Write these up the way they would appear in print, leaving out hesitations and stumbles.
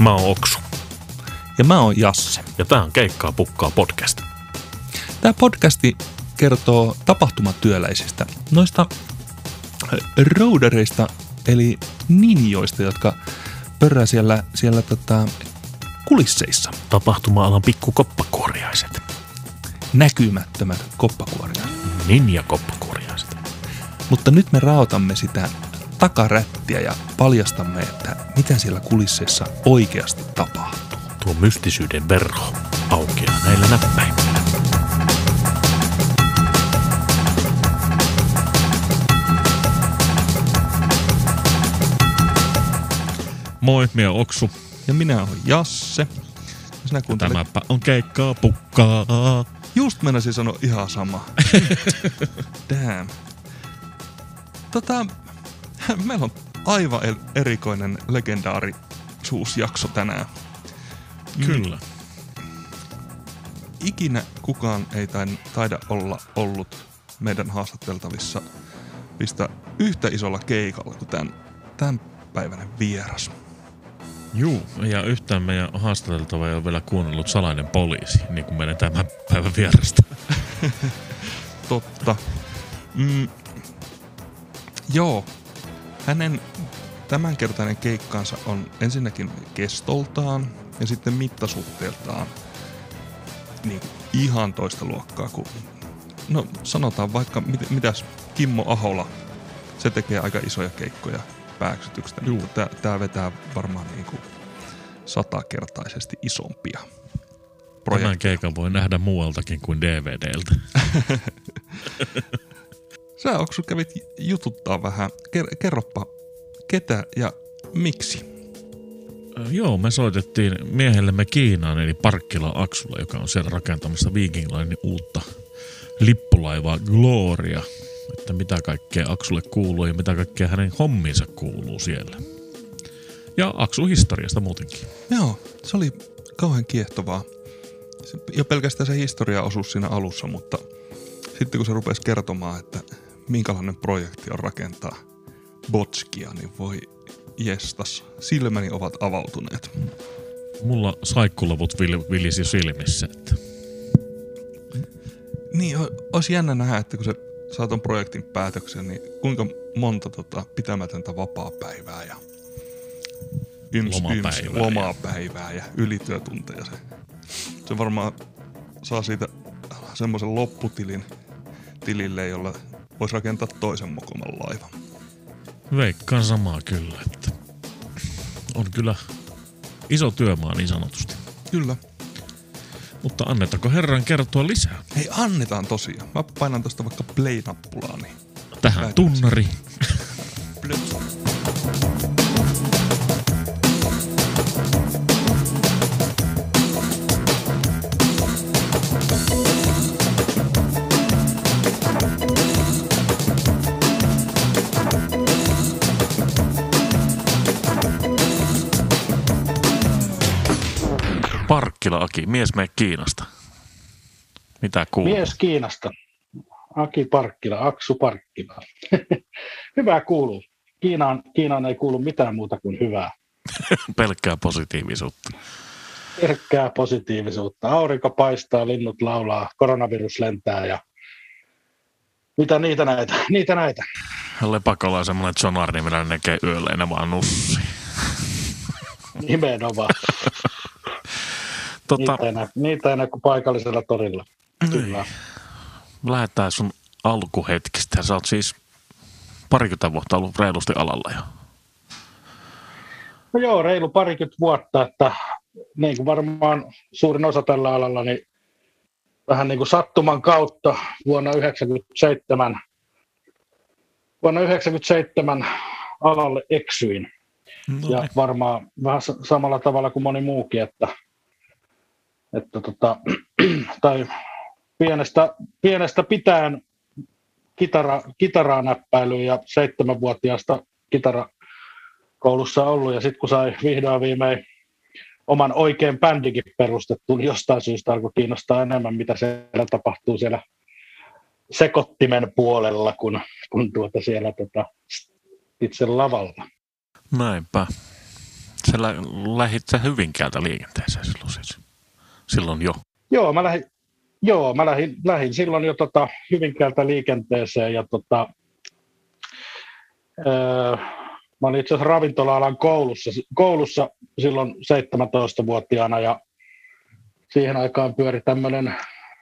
Mä oon Oksu. Ja mä oon Jasse. Ja tää on Keikkaa pukkaa podcast. Tää podcasti kertoo tapahtumatyöläisistä, noista roudareista, eli ninjoista, jotka pörrää siellä kulisseissa. Tapahtuma-alan pikkukoppakuoriaiset. Näkymättömät koppakuoriaiset. Ninja-koppakuoriaiset. Mutta nyt me raotamme sitä takarättiä ja paljastamme, että mitä siellä kulisseissa oikeasti tapahtuu. Tuo mystisyyden verho aukeaa näillä näppäimillä. Moi, minä oon Oksu. Ja minä oon Jasse. Sinä kuuntelet... Tämäpä on Keikkaa pukkaa. Just meinasin sanoa ihan sama. Damn. Meillä on aivan erikoinen legendaarisuusjakso tänään. Kyllä. Ikinä kukaan ei taida olla ollut meidän haastateltavissa pistä yhtä isolla keikalla kuin tämän päiväinen vieras. Juu, ja yhtään meidän haastateltava ei ole vielä kuunnellut Salainen poliisi, niin kuin meidän tämän päivän vierasta. Totta. Joo, hänen tämänkertainen keikkaansa on ensinnäkin kestoltaan ja sitten mittasuhteeltaan niin ihan toista luokkaa kuin, no sanotaan vaikka, mitäs Kimmo Ahola, se tekee aika isoja keikkoja pääksytyksestä, mutta tää vetää varmaan niin kuin 100-kertaisesti isompia projekteja. Tämän keikan voi nähdä muualtakin kuin DVDltä. Sä Oksu kävit jututtaa vähän. Kerropa ketä ja miksi? Joo, me soitettiin miehellemme Kiinaan, eli Parkkila Aksulla, joka on siellä rakentamassa Viking Linen uutta lippulaivaa Gloria. Että mitä kaikkea Aksulle kuuluu ja mitä kaikkea hänen hommiinsa kuuluu siellä. Ja Aksun historiasta muutenkin. Joo, se oli kauhean kiehtovaa. Jo pelkästään se historiaosuus siinä alussa, mutta sitten kun se rupesi kertomaan, että minkälainen projekti on rakentaa botskia, niin voi jestas, silmäni ovat avautuneet. Mulla saikkulavut vilisi jo silmissä. Että. Niin, olisi jännä nähdä, että kun se saa ton projektin päätöksen, niin kuinka monta pitämätöntä vapaapäivää ja lomapäivää ja ylityötunteja. Se varmaan saa siitä semmoisen tilille, jolla voisi rakentaa toisen mokoman laivan. Veikkaan samaa kyllä, että on kyllä iso työmaa niin sanotusti. Kyllä. Mutta annetaanko herran kertoa lisää? Hei, annetaan tosiaan. Mä painan tosta vaikka play-nappulaa, niin tähän tunnari. Parkkila Aki, mies mene Kiinasta. Mitä kuuluu? Mies Kiinasta. Aki Parkkila, Aksu Parkkila. Hyvää kuuluu. Kiinaan ei kuulu mitään muuta kuin hyvää. Pelkkää positiivisuutta. Pelkkää positiivisuutta. Aurinko paistaa, linnut laulaa, koronavirus lentää ja niitä näitä. Lepakolla on semmoinen sonari, millä ne näkee yöllä enää vaan nussi. Nimenomaan. Niitä ei näy kuin paikallisella torilla. Kyllä. Lähdetään sun alkuhetkistä. Sä oot siis 20 vuotta ollut reilusti alalla jo. No joo, reilu 20 vuotta, että niin kuin varmaan suurin osa tällä alalla, niin vähän niin kuin sattuman kautta vuonna 1997 alalle eksyin. No, ja varmaan vähän samalla tavalla kuin moni muukin, tai pienestä pitäen kitaraa näppäilyä ja 7-vuotiaasta kitarakoulussa ollut ja sitten kun sai vihdoin viimein oman oikein bändikin perustettu, niin jostain syystä alkoi kiinnostaa enemmän, mitä siellä tapahtuu siellä sekoittimen puolella, kun siellä itse lavalla. Näinpä. Sä lähdit sä Hyvinkäältä liikenteeseen silloin siis? Silloin jo? Joo, mä lähdin silloin jo Hyvinkäältä liikenteeseen ja mä olin itse asiassa ravintola-alan koulussa silloin 17-vuotiaana ja siihen aikaan pyöri tämmöinen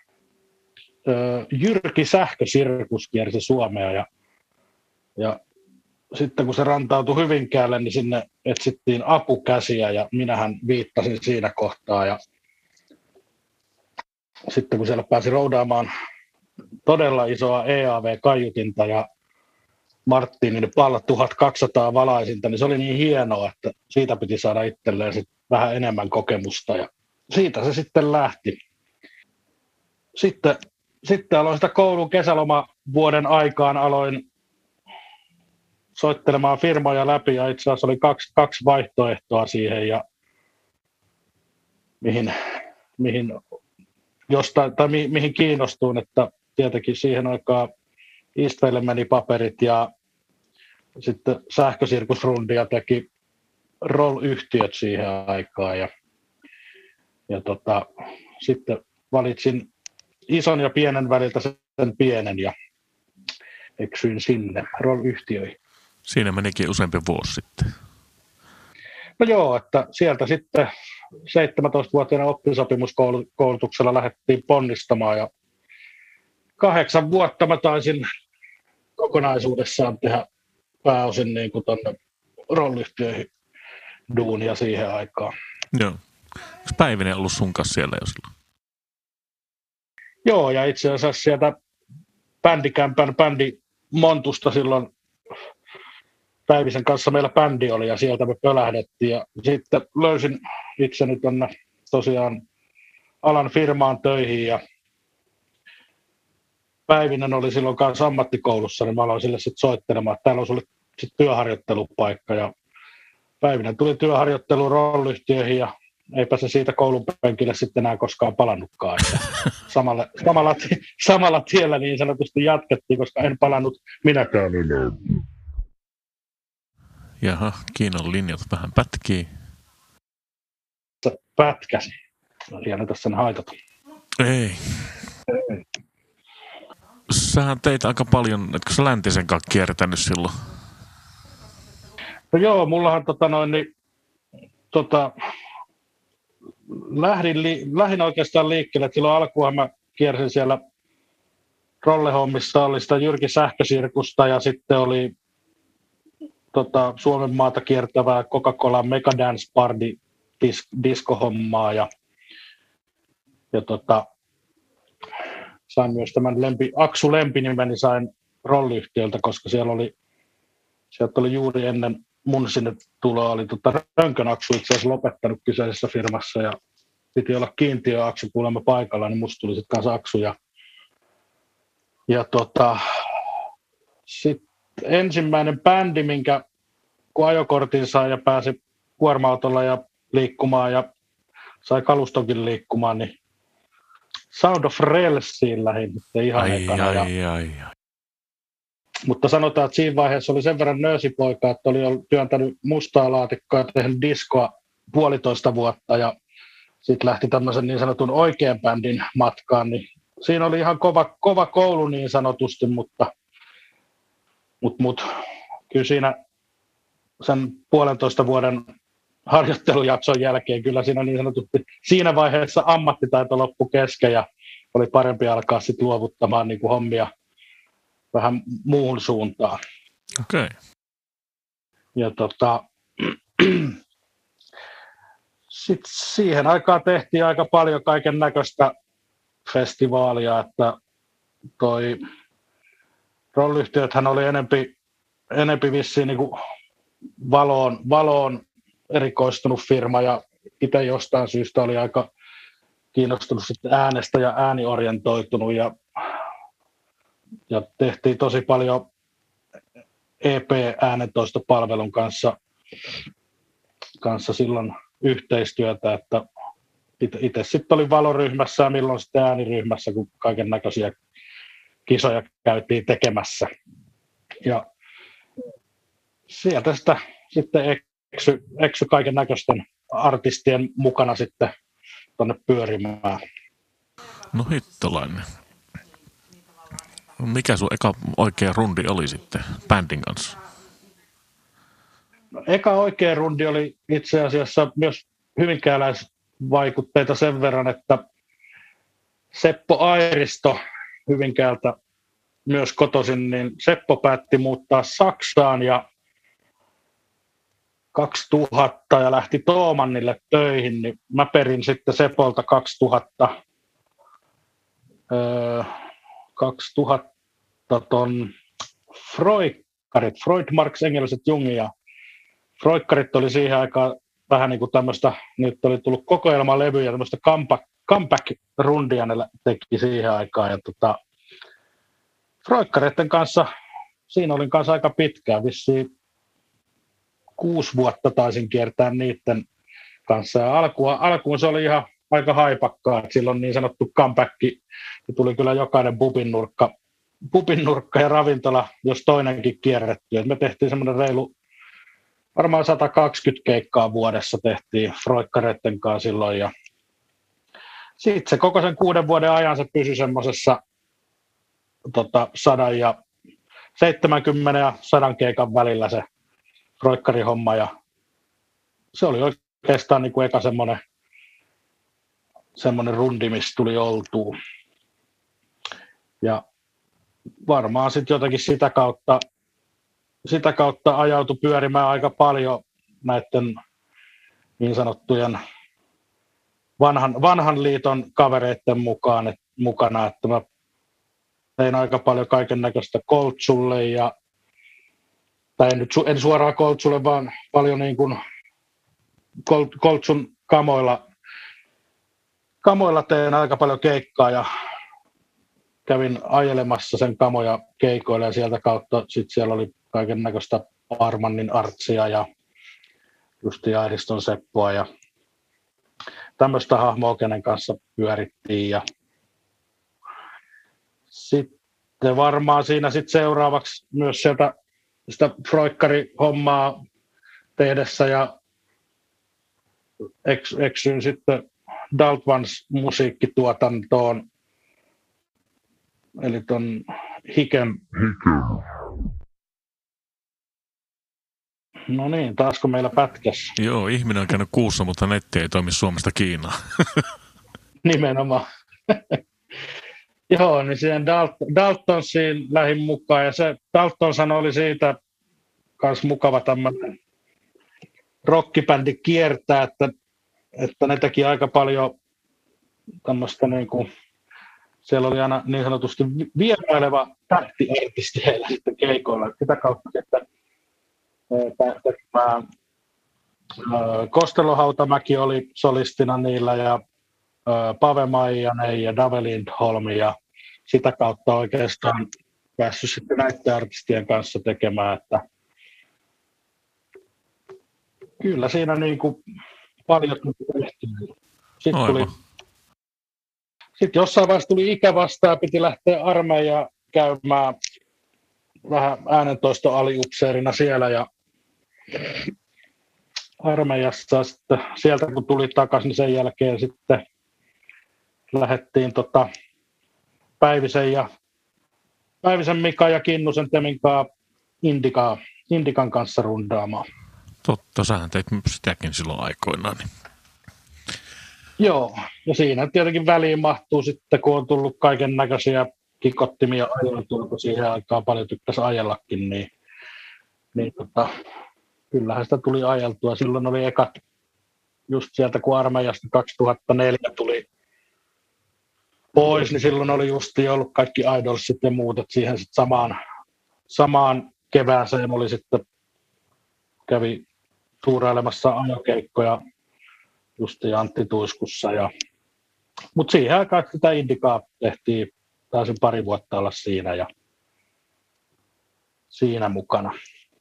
Jyrki Sähkösirkus kiersi Suomea ja sitten kun se rantautui Hyvinkäälle, niin sinne etsittiin apukäsiä ja minähän viittasin siinä kohtaa ja sitten kun siellä pääsi roudaamaan todella isoa EAV-kaiutinta ja Martinin palla 1200 valaisinta, niin se oli niin hienoa, että siitä piti saada itselleen sit vähän enemmän kokemusta ja siitä se sitten lähti. Sitten aloin sitä koulun kesälomavuoden aikaan, aloin soittelemaan firmoja läpi ja itse asiassa oli kaksi vaihtoehtoa siihen ja mihin kiinnostuin, että tietenkin siihen aikaan Eastwelle meni paperit ja sitten Sähkösirkusrundia teki ROL-yhtiöt siihen aikaan ja sitten valitsin ison ja pienen väliltä sen pienen ja eksyin sinne ROL-yhtiöihin. Siinä menikin useampi vuosi sitten. No joo, että sieltä sitten 17-vuotiaana oppisopimuskoulutuksella lähdettiin ponnistamaan ja 8 vuotta mä taisin kokonaisuudessaan tehdä pääosin niin kuin tuonne ROL-yhtiöihin duunia siihen aikaan. Joo. Onko Päivinen ollut sun kanssa siellä jo silloin? Joo, ja itse asiassa sieltä bändikämpän bändimontusta silloin Päivisen kanssa meillä bändi oli ja sieltä me pölähdettiin ja sitten löysin itseni tuonne tosiaan alan firmaan töihin ja Päivinen oli silloin kanssa ammattikoulussa, niin mä aloin sille sitten soittelemaan, että täällä on sulle sitten työharjoittelupaikka ja Päivinen tuli työharjoitteluun ROL-yhtiöihin ja eipä se siitä koulun penkille sitten enää koskaan palannutkaan. Samalla tiellä niin sanotusti jatkettiin, koska en palannut minäkään enää. Jaha, Kiinan linjat vähän pätkii. Se pätkäsi. Siellä tässä sen haitata. Ei. Sähän teit aika paljon, etkö sä Läntisen kanssa kiertänyt silloin? No joo, mullahan lähdin oikeastaan liikkeelle, että silloin alkuun mä kiersin siellä rollehommissa, oli sitä Jyrki Sähkösirkusta ja sitten oli Suomen maata kiertävää Coca-Cola Mega Dance Party diskohommaa ja sain myös tämän Aksu lempinimeni sain ROL-yhtiöltä, koska sieltä oli juuri ennen mun sinne tuloa oli Rönkön Aksu itse asiassa lopettanut kyseisessä firmassa ja piti olla kiintiöaksu kuulemma paikalla, niin musta tuli sitten kanssa Aksu ja sitten ensimmäinen bändi, kun ajokortin sai ja pääsi kuorma-autolla ja liikkumaan ja sai kalustonkin liikkumaan, niin Sound of Railsiin lähdin ihan ekana. Mutta sanotaan, että siinä vaiheessa oli sen verran nöösipoika, että oli työntänyt mustaa laatikkoa ja tehnyt diskoa 1,5 vuotta ja sitten lähti tämmöisen niin sanotun oikean bändin matkaan, niin siinä oli ihan kova koulu niin sanotusti, mutta kyllä siinä sen 1,5 vuoden harjoittelujakson jälkeen kyllä siinä niin sanotusti siinä vaiheessa ammattitaito loppui kesken ja oli parempi alkaa sitten luovuttamaan niin kuin hommia vähän muuhun suuntaan. Okei. Ja sitten siihen aikaan tehtiin aika paljon kaiken näköistä festivaalia, että toi ROL-yhtiöthän oli enempi vissiin niin kuin valoon erikoistunut firma ja itse jostain syystä oli aika kiinnostunut sitten äänestä ja ääniorientoitunut ja tehtiin tosi paljon EP-äänentoistopalvelun kanssa silloin yhteistyötä, että itse sitten olin valoryhmässä ja milloin sitten ääniryhmässä, kun kaiken näköisiä kisoja käytiin tekemässä. Ja sieltä sitä sitten eksy kaiken näköisten artistien mukana sitten tuonne pyörimään. No hittolainen. Mikä sun eka oikea rundi oli sitten bändin kanssa? No, eka oikea rundi oli itse asiassa myös hyvinkääläisvaikutteita sen verran, että Seppo Airisto Hyvinkäältä myös kotoisin, niin Seppo päätti muuttaa Saksaan ja 2000 ja lähti Toomannille töihin, niin mä perin sitten Sepolta 2000 ton Freudmarks, englanniset Jungi ja Freudkarit oli siihen aikaan vähän niin kuin tämmöistä, nyt oli tullut kokoelmalevyjä, tämmöistä comeback-rundia ne teki siihen aikaan. Ja Freudkareiden kanssa, siinä olin kanssa aika pitkään, vissiin 6 vuotta taisin kiertää niiden kanssa. Ja alkuun se oli ihan aika haipakkaa, että silloin niin sanottu comeback, ja tuli kyllä jokainen pubin nurkka ja ravintola, jos toinenkin kierretty. Et me tehtiin semmoinen reilu, varmaan 120 keikkaa vuodessa tehtiin Freudkareiden kanssa silloin. Ja sitten se koko sen 6 vuoden ajan se pysyi semmoisessa 70 ja 100 keikan välillä se Freudkarihomma. Ja se oli oikeastaan niin kuin eka semmoinen rundi, missä tuli oltua. Ja varmaan sitten jotenkin sitä kautta ajautui pyörimään aika paljon näiden niin sanottujen vanhan liiton kavereiden mukana, että mä tein aika paljon kaiken näköistä Koltsulle tai en suoraan Koltsulle, vaan paljon niin kuin Koltsun kamoilla tein aika paljon keikkaa ja kävin ajelemassa sen kamoja keikoilla ja sieltä kautta sitten siellä oli kaiken näköistä Armannin Artsia ja Justi Airiston Seppoa ja tämmöistä hahmoa, kenen kanssa pyörittiin. Ja sitten varmaan siinä sitten seuraavaksi myös sieltä sitä Freudkari-hommaa tehdessä ja eksyin sitten Daltvans musiikkituotantoon, eli ton Hiken. No niin, taasko meillä pätkäs? Joo, ihminen on käynyt kuussa, mutta netti ei toimi Suomesta Kiinaan. Nimenomaan. Joo, niin siihen Daltonsiin lähdin mukaan, ja se Daltonsan oli siitä myös mukava tämmöinen rockibändi kiertää, että ne teki aika paljon tämmöistä niin kuin, siellä oli aina niin sanotusti vieraileva tähtiartisti heillä sitten keikoilla. Sitä kautta sitten Kostelo Hautamäki oli solistina niillä ja Pave Maijanen ja Dave Lindholm ja sitä kautta oikeastaan päässyt sitten näiden artistien kanssa tekemään, että kyllä siinä niin kuin paljon tehtiin. Sitten jossain vaiheessa tuli ikä vastaan, piti lähteä armeijaan käymään vähän äänentoistoaliupseerina siellä ja armeijassa sitten sieltä kun tuli takaisin, niin sen jälkeen sitten lähdettiin Päivisen Mika ja Kinnusen Temin kanssa Indikan kanssa rundaamaan. Totta, sähän teit sitäkin silloin aikoinaan. Niin. Joo, ja siinä tietenkin väliin mahtuu sitten, kun on tullut kaiken näköisiä kikottimia ajeltua, kun siihen aikaan paljon tykkäsi ajellakin, niin kyllähän sitä tuli ajeltua. Silloin oli ekat, just sieltä kun armeijasta 2004 tuli pois, niin silloin oli justi ollut kaikki Idolsit ja muut, että siihen sitten samaan kevääseen oli sitten, kävi tuurailemassa ajokeikkoja justi Antti Tuiskussa. Mutta siihen aikaan sitä Indikaa tehtiin, taisin 2 vuotta olla siinä ja siinä mukana.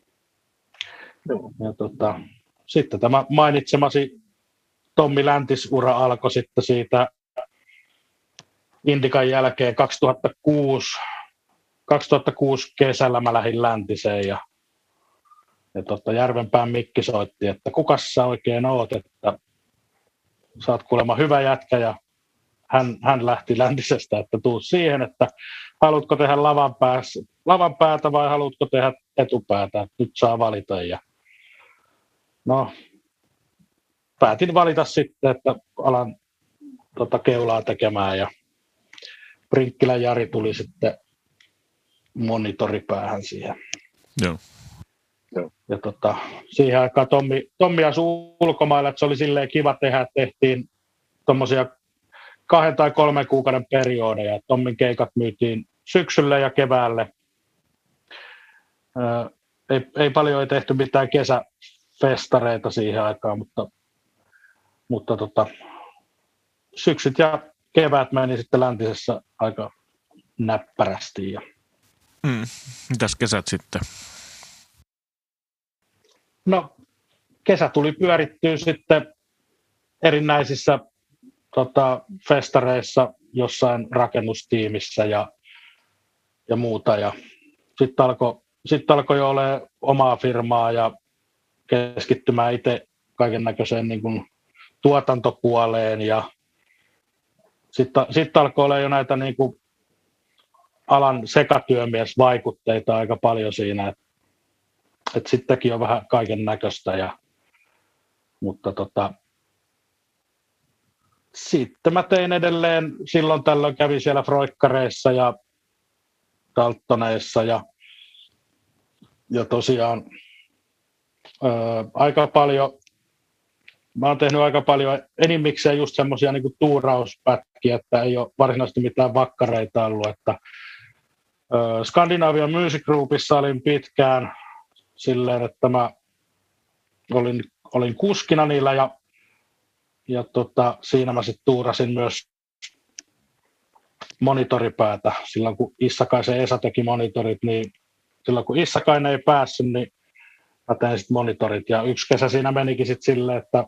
Ja sitten tämä mainitsemasi Tommi Läntis-ura alkoi sitten siitä Indikan jälkeen 2006 kesällä mä lähdin Läntiseen ja Järvenpään Mikki soitti, että kukas sä oikein oot, että sä oot kuulemma hyvä jätkä, ja hän lähti Läntisestä, että tuu siihen, että haluatko tehdä lavan päätä vai haluatko tehdä etupäätä, nyt saa valita. Ja no, päätin valita sitten, että alan keulaa tekemään, ja Prinkkilän Jari tuli sitten monitoripäähän siihen. Joo. Ja siihen aikaan Tommi asui ulkomailla, että se oli silleen kiva tehdä, että tehtiin tommosia 2 tai 3 kuukauden periodeja. Tommin keikat myytiin syksylle ja keväälle. Ei paljon tehty mitään kesäfestareita siihen aikaan, mutta syksyt ja kevät meni sitten Läntisessä aika näppärästi. Mitäs kesät sitten? No, kesä tuli pyörittyä sitten erinäisissä festareissa, jossain rakennustiimissä ja muuta. Ja sitten alkoi jo olemaan omaa firmaa ja keskittymään itse kaiken näköiseen niin kuin tuotantopuoleen. Ja sitten alkoi olla jo näitä niin kuin alan sekatyömiesvaikutteita aika paljon siinä, että sittenkin on vähän kaiken näköistä. Mutta sitten mä tein edelleen, silloin tällöin kävin siellä Froikkareissa ja Daltoneissa ja tosiaan aika paljon, mä oon tehnyt aika paljon enimmikseen just semmoisia niin kuin tuurauspätkiä, että ei ole varsinaisesti mitään vakkareita ollut, että Scandinavian Music Groupissa olin pitkään silleen, että mä olin kuskina niillä ja siinä mä sitten tuurasin myös monitoripäätä. Silloin kun Issakaisen Esa teki monitorit, niin silloin kun Issakainen ei päässyt, niin mä tein sitten monitorit. Ja yksi kesä siinä menikin sitten silleen, että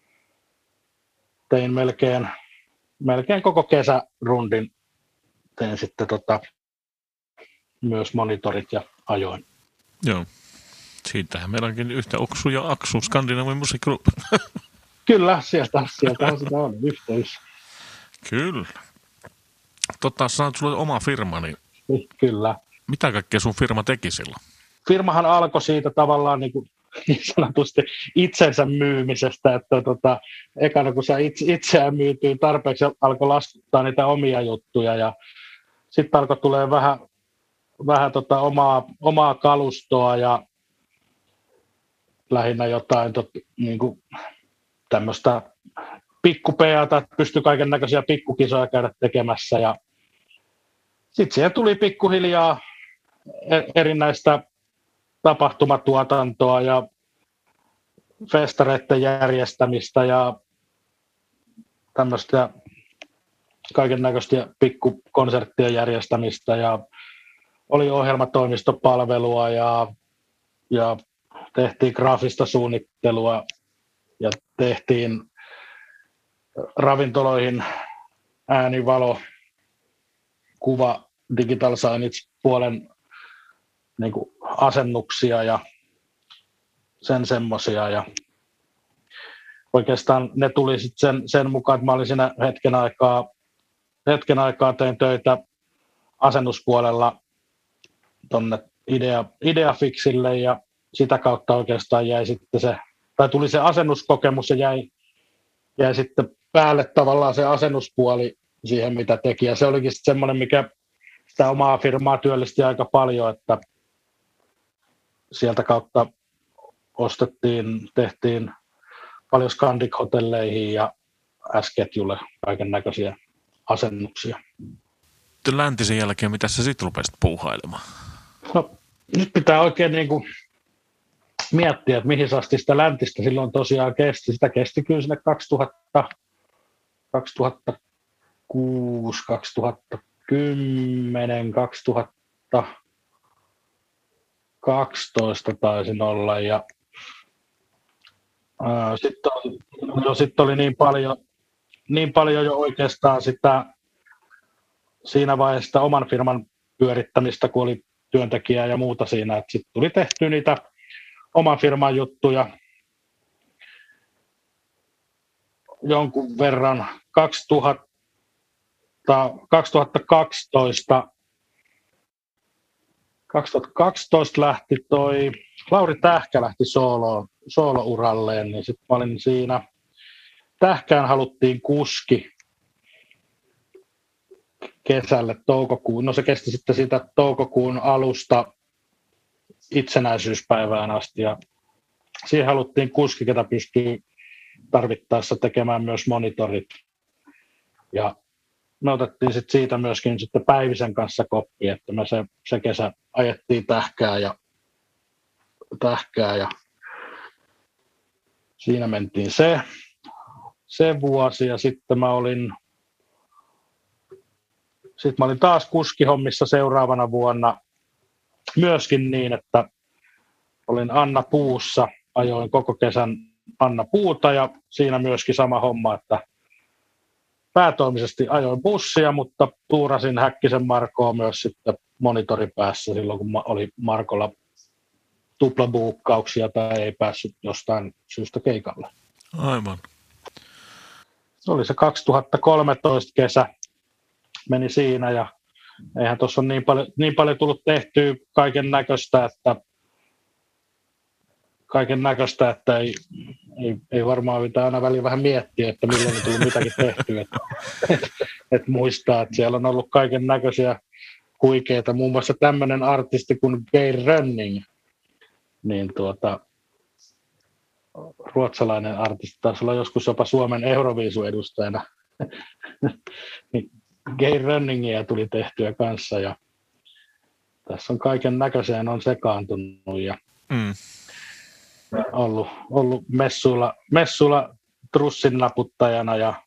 tein melkein koko kesärundin. Tein sitten myös monitorit ja ajoin. Joo. Siitähän meilläkin yhtä Oksu ja Aksu Scandinavian Music Group. Kyllä, sieltähän sitä on yhteys. Kyllä. Sanoit, sulla oli oma firma, niin kyllä. Mitä kaikkea sun firma teki silloin? Firmahan alkoi siitä tavallaan niin sanotusti itsensä myymisestä, että ekana kun sä itseään myytyy tarpeeksi, alkoi laskuttaa niitä omia juttuja ja sitten alkoi tulee vähän omaa kalustoa ja lähinnä jotain niin kuin tämmöistä pikkupeata, että pystyi kaiken näköisiä pikkukisoja käydä tekemässä ja sitten siihen tuli pikkuhiljaa erinäistä tapahtumatuotantoa ja festareiden järjestämistä ja tämmöistä kaiken näköistä pikkukonserttien järjestämistä ja oli ohjelmatoimistopalvelua ja tehtiin graafista suunnittelua ja tehtiin ravintoloihin ääni, valo, kuva, digital signage puolen niin kuin asennuksia ja sen semmoisia. Ja oikeastaan ne tuli sitten sen mukaan, että mä olin siinä hetken aikaa tein töitä asennuspuolella tuonne Ideafixille ja sitä kautta oikeastaan jäi sitten tuli se asennuskokemus ja jäi sitten päälle tavallaan se asennuspuoli siihen, mitä teki. Ja se olikin sitten semmoinen, mikä sitä omaa firmaa työllisti aika paljon, että sieltä kautta tehtiin paljon Scandic-hotelleihin ja S-ketjulle kaiken näköisiä asennuksia. Läntisen jälkeen, mitä sä sitten rupesit puuhailemaan? No, nyt pitää oikein niin kuin miettiä, että mihin asti sitä läntistä silloin tosiaan kesti. Sitä kesti kyllä sinne 2006, 2010, 2012 taisin olla. Ja sitten oli niin paljon jo oikeastaan sitä siinä vaiheessa oman firman pyörittämistä, kun oli työntekijää ja muuta siinä, että sitten tuli tehty niitä oman firman juttuja jonkun verran. 2012 lähti Lauri Tähkä lähti soolouralleen, niin sitten mä olin siinä. Tähkään haluttiin kuski kesälle toukokuun. No se kesti sitten siitä toukokuun alusta itsenäisyyspäivään asti ja siihen haluttiin kuski, ketä pystyy tarvittaessa tekemään myös monitorit. Ja me otettiin sitten siitä myöskin sitten Päivisen kanssa koppi, että me se kesä ajettiin tähkää ja siinä mentiin se vuosi ja sitten mä olin taas kuskihommissa seuraavana vuonna myöskin niin, että olin Anna Puussa, ajoin koko kesän Anna Puuta ja siinä myöskin sama homma, että päätoimisesti ajoin bussia, mutta tuurasin Häkkisen Markoa myös sitten monitoripäässä silloin, kun oli Markolla tuplabuukkauksia tai ei päässyt jostain syystä keikalle. Aivan. Se oli se 2013 kesä, meni siinä ja eihän tuossa ole niin paljon tullut tehtyä kaiken näköistä, että ei varmaan pitää aina väliin vähän miettiä, että milloin on tullut mitäkin tehtyä. Että muistaa, että siellä on ollut kaiken näköisiä huikeita, muun muassa tämmöinen artisti kuin Geir Rönning, niin ruotsalainen artisti, taisi olla joskus jopa Suomen Euroviisu-edustajana. Geir Rönningiä tuli tehtyä kanssa ja tässä on kaiken näköiseen on sekaantunut ja ollut messuilla trussin naputtajana ja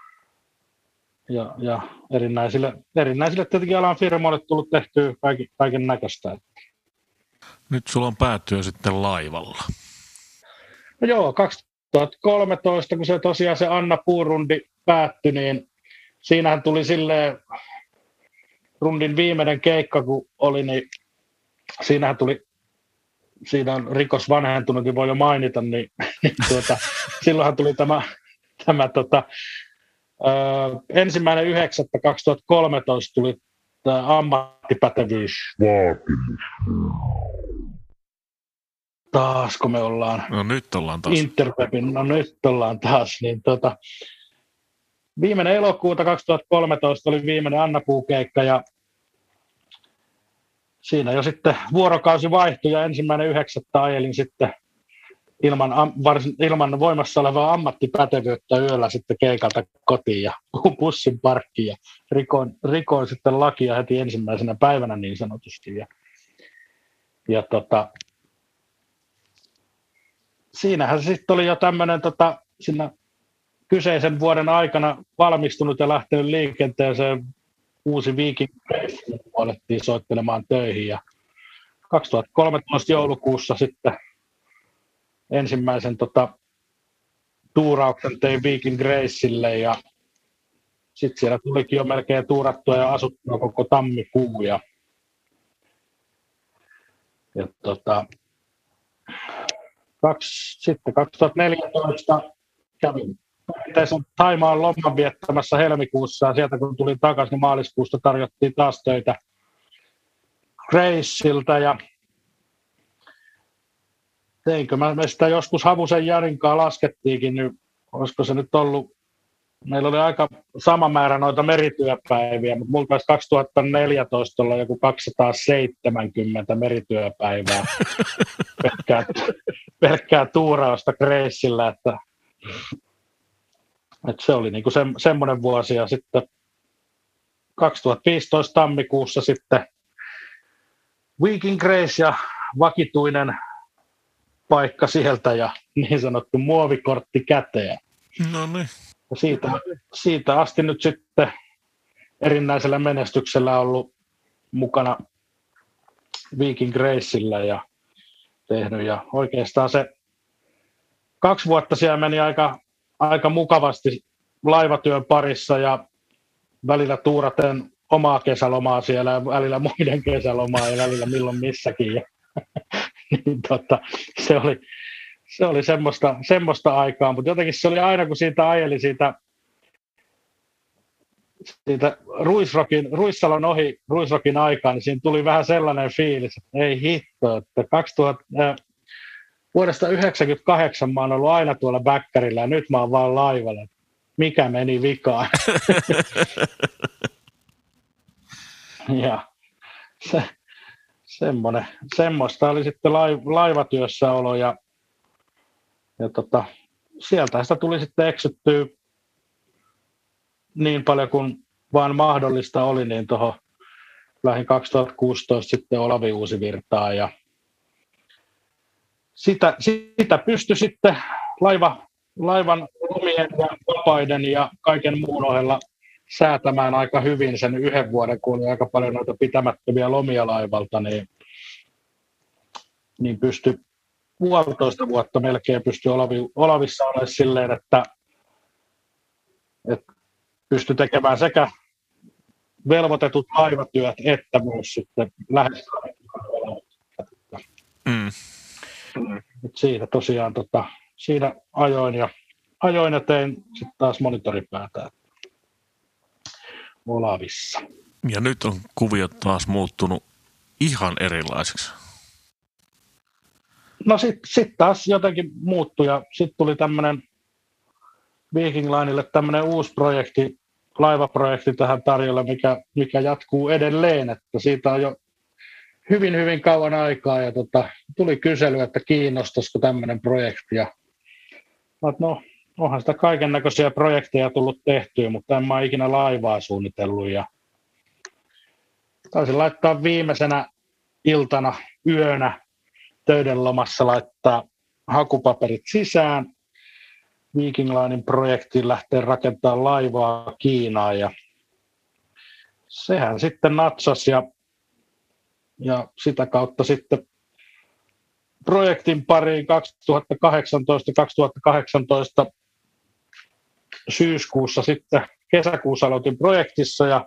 erinäisille tietenkin alan firmoille tullut tehtyä kaiken näköistä. Nyt sulla on päätyö sitten laivalla. No joo, 2013, kun se Anna Puurundi päättyi, niin siinähän tuli silleen rundin viimeinen keikka, kun oli, niin siinä on rikos vanhentunut, niin voi jo mainita, niin silloinhan tuli tämä 1.9.2013 tuli tämä ammattipätevyys. Taasko me ollaan? No nyt ollaan taas. Interwebin, no nyt ollaan taas. Niin viimeinen elokuuta 2013 oli viimeinen Anna Puu-keikka ja siinä jo sitten vuorokausi vaihtui ja 1.9. ajelin sitten ilman voimassa olevaa ammattipätevyyttä yöllä sitten keikalta kotiin ja bussin parkkiin ja rikoin sitten lakia heti ensimmäisenä päivänä niin sanotusti. Ja siinähän se sitten oli jo tämmöinen siinä kyseisen vuoden aikana valmistunut ja lähtenyt liikenteeseen uusi Viking Grace, alettiin soittelemaan töihin ja 2013 joulukuussa sitten ensimmäisen tuurauksen tein Viking Gracelle ja sitten siellä tulikin jo melkein tuurattua ja asuttua koko tammikuu ja sitten 2014 kävin Thaimaan loman viettämässä helmikuussa ja sieltä kun tulin takaisin, niin maaliskuusta tarjottiin taas töitä Graceilta ja teinkö me sitä joskus Havusen Jarinkaan laskettiinkin, niin olisiko se nyt ollut, meillä oli aika sama määrä noita merityöpäiviä, mutta mulla taisi 2014 olla joku 270 merityöpäivää pelkkää tuurausta Graceillä, että se oli niinku semmoinen vuosi ja sitten 2015 tammikuussa sitten Viking Grace ja vakituinen paikka sieltä ja niin sanottu muovikortti käteen. No niin. Siitä asti nyt sitten erinäisellä menestyksellä ollut mukana Viking Gracella ja tehnyt ja oikeastaan se 2 vuotta siellä meni aika mukavasti laivatyön parissa ja välillä tuuraten omaa kesälomaa siellä ja välillä muiden kesälomaa ja välillä milloin missäkin. niin se oli semmoista aikaa, mutta jotenkin se oli aina, kun siitä ajeli siitä Ruissalon ohi Ruisrokin aikaan, niin siinä tuli vähän sellainen fiilis, että ei hitto, että vuodesta 1998 mä oon ollut aina tuolla bäkkärillä ja nyt mä oon vaan laivalla. Mikä meni vikaan? Ja semmoista oli sitten laivatyössäolo ja sieltä sitä tuli sitten eksyttyä niin paljon kuin vaan mahdollista oli, niin tuohon lähin 2016 sitten Olavi Uusivirtaan ja sitä pystyi sitten laivan lomien ja vapaiden ja kaiken muun ohella säätämään aika hyvin sen yhden vuoden, kun oli aika paljon noita pitämättömiä lomia laivalta, niin pystyi 1,5 vuotta melkein pystyi Olavissa olemaan silleen, että pystyi tekemään sekä velvoitetut laivatyöt että myös sitten lähes siitä tosiaan siinä ajoin ja tein sitten taas monitoripäätä Olavissa. Ja nyt on kuviot taas muuttunut ihan erilaiseksi. No sit taas jotenkin muuttui ja sitten tuli tämmöinen Viking Linelle tämmöinen uusi projekti, laivaprojekti tähän tarjolle, mikä jatkuu edelleen, että siitä on jo hyvin, hyvin kauan aikaa ja tuli kysely, että kiinnostaisiko tämmöinen projekti ja no, onhan sitä kaiken näköisiä projekteja tullut tehtyä, mutta en mä ole ikinä laivaa suunnitellut ja taisin laittaa viimeisenä iltana, yönä töiden lomassa laittaa hakupaperit sisään. Viking Linen projektiin lähtee rakentamaan laivaa Kiinaan ja sehän sitten natsasi ja sitä kautta sitten projektin pariin 2018 syyskuussa sitten kesäkuussa aloitin projektissa ja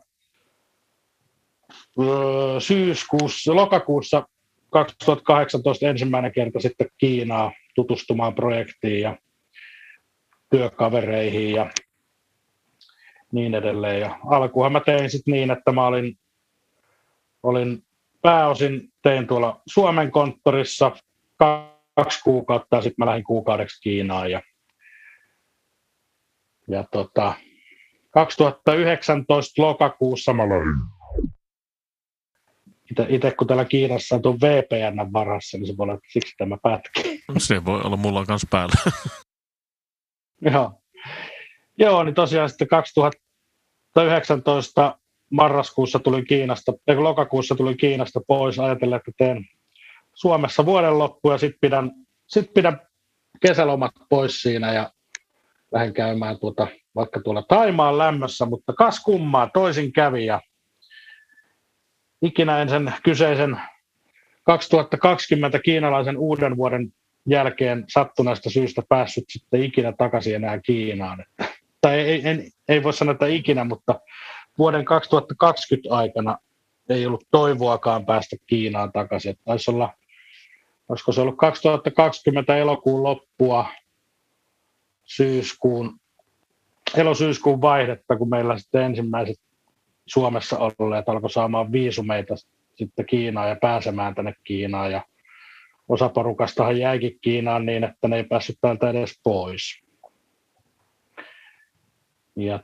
lokakuussa 2018 ensimmäinen kerta sitten Kiinaa tutustumaan projektiin ja työkavereihin ja niin edelleen. Ja alkuunhan mä tein sitten niin, että mä olin tein tuolla Suomen konttorissa 2 kuukautta ja sitten mä lähdin kuukaudeksi Kiinaan. Ja 2019 lokakuussa mä olin itse kun täällä Kiinassa on tuon VPN varassa, niin se voi olla, että siksi tämä pätkii. Se voi olla mulla kanssa päällä. Joo, niin tosiaan sitten 2019 lokakuussa tulin Kiinasta pois ajatellen, että teen Suomessa vuoden loppu ja sitten pidän kesälomat pois siinä ja lähden käymään vaikka tuolla Thaimaan lämmössä, mutta kas kummaa, toisin kävi ja ikinä en sen kyseisen 2020 kiinalaisen uuden vuoden jälkeen sattuneesta syystä päässyt sitten ikinä takaisin enää Kiinaan. Tai ei voi sanoa, että ikinä, mutta vuoden 2020 aikana ei ollut toivoakaan päästä Kiinaan takaisin. Taisi olla, olisiko se ollut 2020 elokuun loppua, elo-syyskuun vaihdetta, kun meillä sitten ensimmäiset Suomessa olleet alkoi saamaan viisumeita sitten Kiinaan ja pääsemään tänne Kiinaan ja osa porukastahan jäikin Kiinaan niin, että ne ei päässyt täältä edes pois. Ja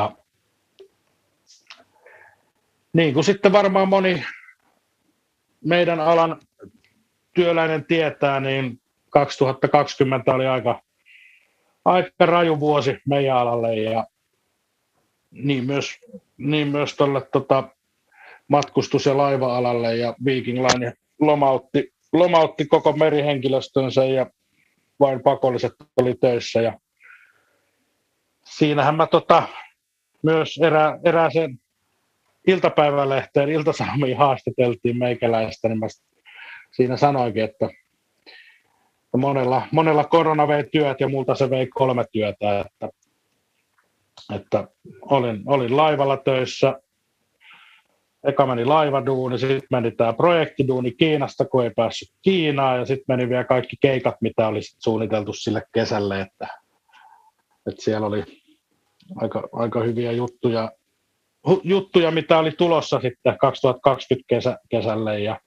niin kuin sitten varmaan moni meidän alan työläinen tietää, niin 2020 oli aika raju vuosi meidän alalle ja niin myös tuolle matkustus- ja laiva-alalle ja Viking Line lomautti koko merihenkilöstönsä ja vain pakolliset oli töissä ja siinähän mä myös erääseen iltapäivälehteen Ilta-Sanomiin haastateltiin meikäläistä, niin mä siinä sanoinkin, että monella korona vei työt ja multa se vei 3 työtä, että olin laivalla töissä eka meni laivaduuni, sitten meni tämä projektiduuni Kiinasta, kun ei päässyt Kiinaan, ja sitten meni vielä kaikki keikat, mitä oli suunniteltu sille kesälle, että siellä oli aika hyviä juttuja, mitä oli tulossa sitten 2020 kesälle, ja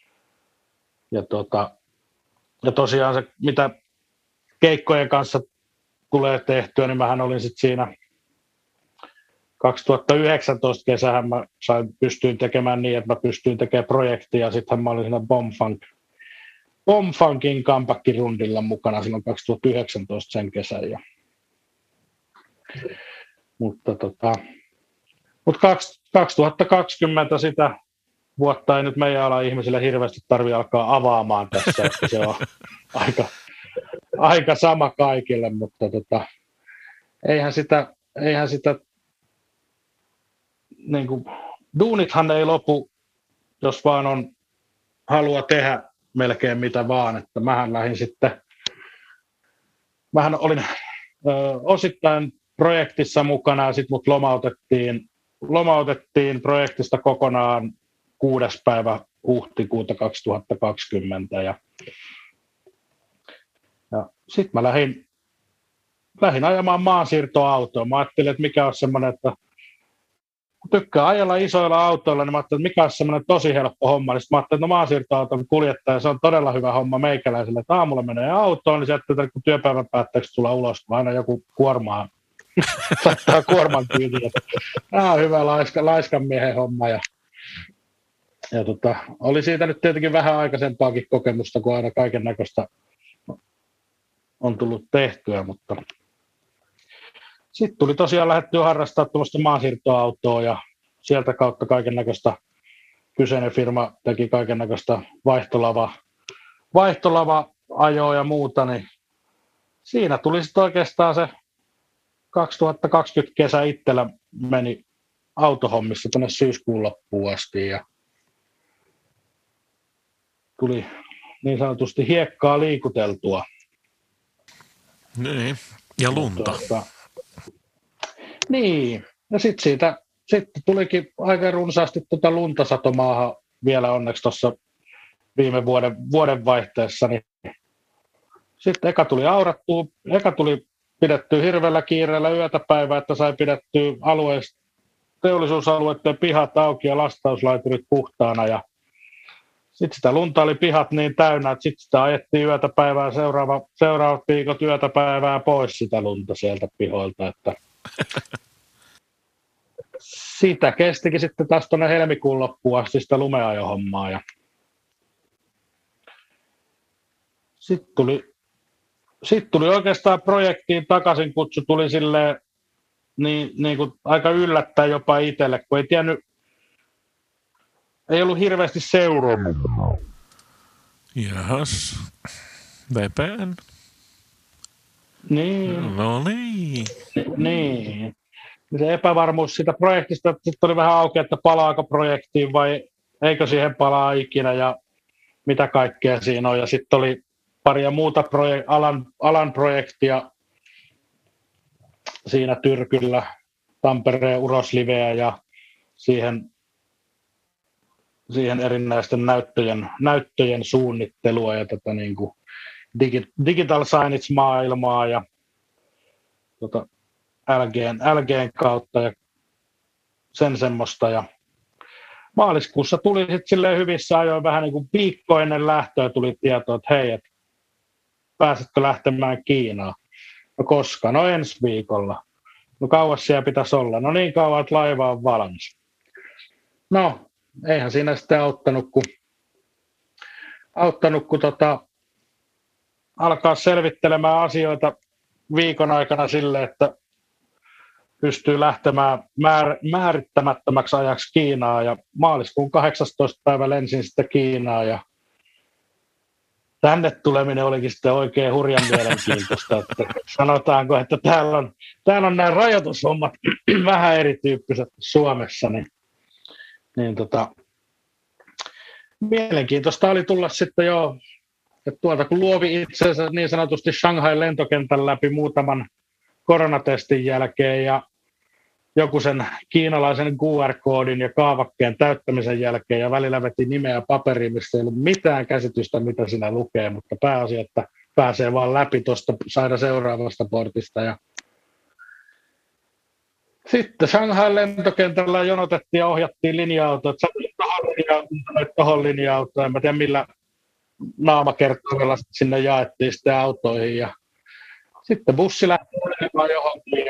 tosiaan se, mitä keikkojen kanssa tulee tehtyä, niin mähän olin sitten siinä 2019 kesähän mä pystyin tekemään niin, että mä pystyin tekemään projektia, ja sittenhän mä olin siinä Bombfunkin comeback-rundilla mukana silloin 2019 sen kesän. Mutta 2020 sitä vuotta ei nyt meidän alan ihmisille hirveästi tarvitse alkaa avaamaan tässä, että se on aika sama kaikille, mutta eihän sitä niin kuin, duunithan ei lopu, jos vaan on halua tehdä melkein mitä vaan, että mähän olin osittain projektissa mukana ja sitten mut lomautettiin projektista kokonaan 6. päivä huhtikuuta 2020 ja sitten mä lähdin ajamaan maansiirtoautoa. Mä ajattelin, että mikä on semmoinen, että tykkää ajella isoilla autoilla, niin mä ajattelin, että mikä on semmoinen tosi helppo homma. Niin mä ajattelin, että maansiirtoauton kuljettaja, se on todella hyvä homma meikäläiselle, että aamulla menee autoon, niin sieltä kun työpäivän päätteeksi tulla ulos, kun aina joku kuormaa saattaa kuorman kyytiin. Tämä on hyvä laiskan miehen homma. Ja oli siitä nyt tietenkin vähän aikaisempaakin kokemusta, kun aina kaiken näköistä on tullut tehtyä, mutta sitten tuli tosiaan lähdettyä harrastamaan tuollaista maansiirtoautoa ja sieltä kautta kaiken näköistä, kyseinen firma teki kaiken näköistä vaihtolava-ajoa ja muuta, niin siinä tuli sitten oikeastaan se 2020 kesä itsellä meni autohommissa tuonne syyskuun loppuun asti ja tuli niin sanotusti hiekkaa liikuteltua. Niin, ja lunta. Niin, ja sitten tulikin aika runsaasti lunta satomaahan vielä onneksi tuossa viime vuoden vaihteessa. Niin sitten eka tuli pidettyä hirveällä kiireellä yötä päivää, että sai pidettyä teollisuusalueiden pihat auki ja lastauslaiturit puhtaana. Ja sitten sitä lunta oli pihat niin täynnä, että sitten sitä ajettiin yötä päivää, seuraavat viikot yötä päivää pois sitä lunta sieltä pihoilta. Että sitä kestikin sitten taas tuonne helmikuun loppuun asti sitä lumeajohommaa. Ja sitten tuli oikeastaan projektiin takaisin kutsu, tuli silleen niin kuin aika yllättäen jopa itselle, kun ei ollut hirveästi seurannut. Jahas, VPN. Niin. No niin. Niin. Se epävarmuus siitä projektista, että sitten oli vähän auki, että palaako projektiin vai eikö siihen palaa ikinä ja mitä kaikkea siinä on. Ja sitten oli paria muuta alan projektia siinä Tyrkyllä, Tampereen Urosliveä ja siihen erinäisten näyttöjen suunnittelua ja tätä niin kuin digital signage-maailmaa ja LGn kautta ja sen semmoista. Ja maaliskuussa tuli sitten silleen hyvissä ajoin vähän niin kuin viikko ennen lähtöä tuli tieto, että hei, et pääsetkö lähtemään Kiinaan? No koska? No ensi viikolla. No kauas siellä pitäisi olla? No niin kauan, että laiva on valmis. No, eihän siinä sitten auttanut, kun alkaa selvittelemään asioita viikon aikana sille, että pystyy lähtemään määrittämättömäksi ajaksi Kiinaan. Ja maaliskuun 18. päivä lensin sitten Kiinaan ja tänne tuleminen olikin sitten oikein hurjan mielenkiintoista. Että sanotaanko, että täällä on nämä rajoitushommat vähän erityyppiset Suomessa, niin mielenkiintoista oli tulla sitten jo, että tuolta kun luovi itsensä niin sanotusti Shanghai lentokentän läpi muutaman koronatestin jälkeen ja joku sen kiinalaisen QR-koodin ja kaavakkeen täyttämisen jälkeen ja välillä veti nimeä paperiin, mistä ei ollut mitään käsitystä, mitä siinä lukee, mutta pääasia, että pääsee vaan läpi tuosta saada seuraavasta portista. Ja sitten Shanghain lentokentällä jonotettiin ja ohjattiin linja-autoa, että sä tuohon linja-autoon, en mä tiedä millä naamakertoimella sinne jaettiin sitten autoihin ja sitten bussi lähti johonkin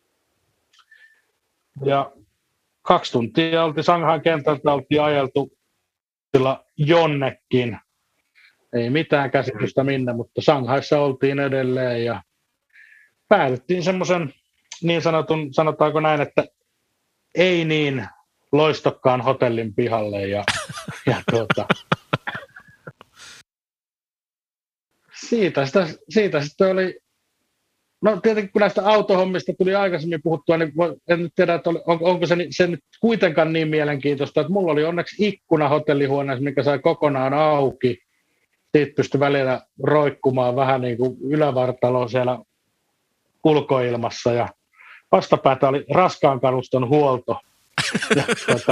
ja 2 tuntia oltiin Shanghain kentältä, oltiin ajeltu jonnekin. Ei mitään käsitystä minne, mutta Shanghaissa oltiin edelleen ja päädyttiin semmoisen niin sanotun, sanotaanko näin, että ei niin loistokkaan hotellin pihalle ja siitä sitten oli. No tietenkin kun näistä autohommista tuli aikaisemmin puhuttua, niin en nyt tiedä, että onko se nyt kuitenkaan niin mielenkiintoista, että mulla oli onneksi ikkuna hotellihuoneessa, mikä sai kokonaan auki. Siitä pystyi välillä roikkumaan vähän niin kuin ylävartaloa siellä ulkoilmassa ja vastapäätä oli raskaan kaluston huolto. Ja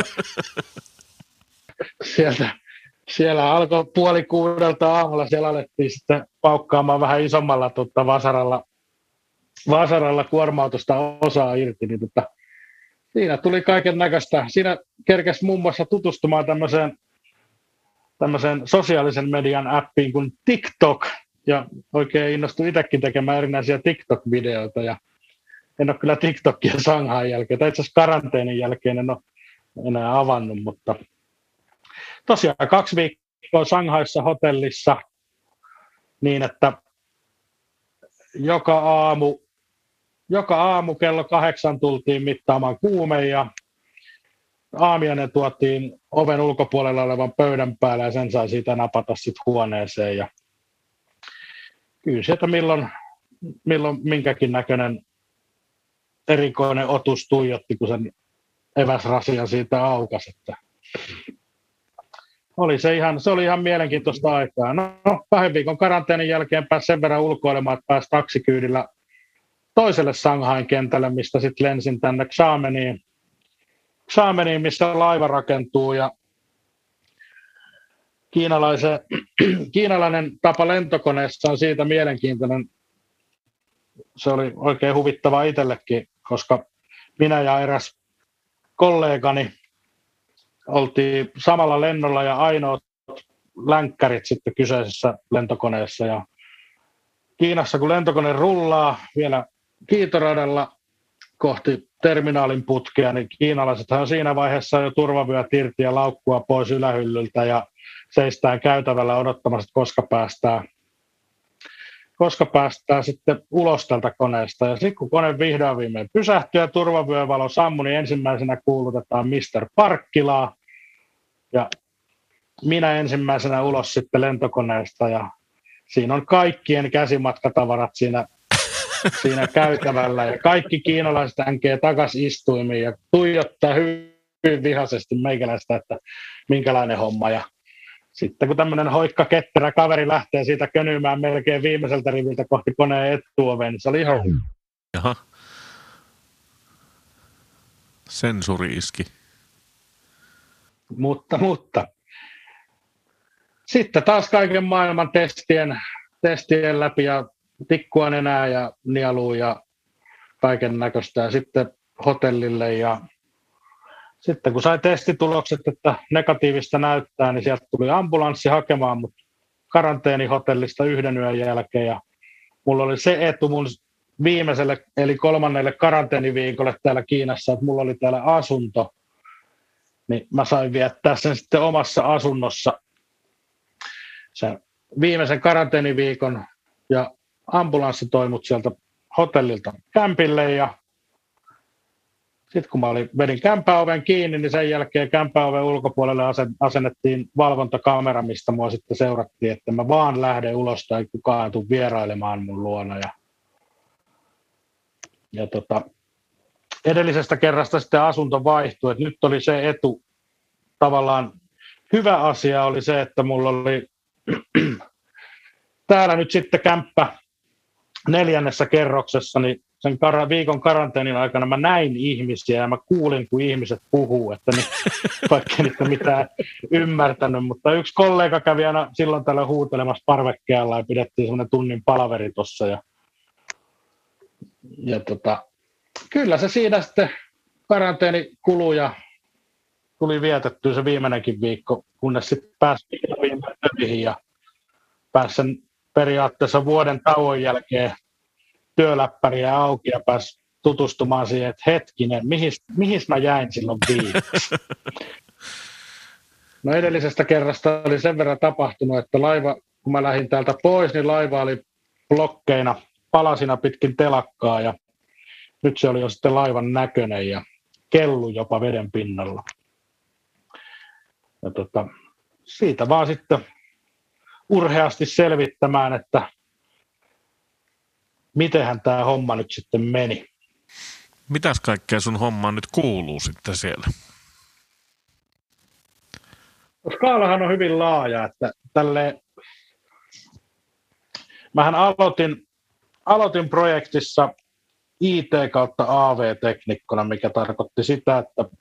siellä alkoi 5:30 aamulla, siellä alettiin sitten paukkaamaan vähän isommalla vasaralla kuorma-autosta osaa irti, niin siinä tuli kaiken näköistä. Siinä kerkesi muun muassa tutustumaan tämmöiseen sosiaalisen median appiin kuin TikTok, ja oikein innostui itsekin tekemään erinäisiä TikTok-videoita, ja en ole kyllä TikTokia Shanghain jälkeen, tai itse asiassa karanteenin jälkeen en ole enää avannut, mutta tosiaan 2 viikkoa Shanghaissa hotellissa niin, että joka aamu kello 8 tultiin mittaamaan kuume ja aamiainen tuotiin oven ulkopuolella olevan pöydän päälle ja sen sai siitä napata sitten huoneeseen. Ja kyllä sieltä milloin minkäkin näköinen erikoinen otus tuijotti, kun sen eväsrasia siitä aukasi. Se oli ihan mielenkiintoista aikaa. No, 2 viikon karanteenin jälkeen pääsi sen verran ulkoilemaan, että pääsi taksikyydillä toiselle Shanghain kentälle, mistä sitten lensin tänne Xiameniin, missä laiva rakentuu. Ja kiinalainen tapa lentokoneessa on siitä mielenkiintoinen. Se oli oikein huvittavaa itsellekin, koska minä ja eräs kollegani oltiin samalla lennolla ja ainoat länkkärit sitten kyseisessä lentokoneessa. Ja Kiinassa, kun lentokone rullaa vielä kiitoradalla kohti terminaalin putkea, niin kiinalaisethan on siinä vaiheessa jo turvavyöt irti ja laukkua pois ylähyllyltä ja seistään käytävällä odottamassa, koska päästään sitten ulos tältä koneesta. Ja sitten kun kone vihdoin viimein pysähtyy ja turvavyövalo sammui, niin ensimmäisenä kuulutetaan Mr. Parkkilaa. Ja minä ensimmäisenä ulos sitten lentokoneesta ja siinä on kaikkien käsimatkatavarat siinä käytävällä ja kaikki kiinalaiset änkee takaisin istuimiin ja tuijottaa hyvin vihaisesti meikäläistä, että minkälainen homma. Ja sitten kun tämmöinen hoikka ketterä kaveri lähtee siitä könymään melkein viimeiseltä riviltä kohti koneen etuoveen, niin se oli ihan. Jaha. Sensuri iski. Mutta. Sitten taas kaiken maailman testien läpi ja tikkua nenää ja nielua ja kaiken näköistä ja sitten hotellille ja sitten kun sai testitulokset, että negatiivista näyttää, niin sieltä tuli ambulanssi hakemaan mut karanteenihotellista 1 yön jälkeen ja mulla oli se etu mun viimeiselle eli 3. karanteeniviikolle täällä Kiinassa, että mulla oli täällä asunto, niin mä sain viettää sen sitten omassa asunnossa sen viimeisen karanteeniviikon ja ambulanssi toi mut sieltä hotellilta kämpille ja sitten kun mä vedin kämppäoven kiinni, niin sen jälkeen kämppäoven ulkopuolelle asennettiin valvontakamera, mistä mua sitten seurattiin, että mä vaan lähden ulos tai kukaan tule vierailemaan mun luona. Ja edellisestä kerrasta sitten asunto vaihtui, että nyt oli se etu, tavallaan hyvä asia oli se, että mulla oli täällä nyt sitten kämppä 4. kerroksessa, niin sen viikon karanteenin aikana mä näin ihmisiä ja mä kuulin, kun ihmiset puhuu, että vaikka niitä mitään ymmärtänyt, mutta yksi kollega kävi aina silloin tällä huutelemassa parvekkeella ja pidettiin semmoinen tunnin palaveri tuossa ja kyllä se siinä sitten karanteeni kului ja tuli vietettyä se viimeinenkin viikko, kunnes sitten pääsi töihin ja pääsi sen periaatteessa vuoden tauon jälkeen työläppäriä auki ja pääsi tutustumaan siihen, että hetkinen, mihin mä jäin silloin viikossa. No edellisestä kerrasta oli sen verran tapahtunut, että laiva, kun mä lähdin täältä pois, niin laiva oli blokkeina, palasina pitkin telakkaa ja nyt se oli jo sitten laivan näköinen ja kellu jopa veden pinnalla. Ja siitä vaan sitten urheasti selvittämään, että mitenhän tämä homma nyt sitten meni. Mitäs kaikkea sun hommaan nyt kuuluu sitten siellä? Skaalahan on hyvin laaja, että mähän aloitin projektissa IT kautta AV-teknikkona, mikä tarkoitti sitä,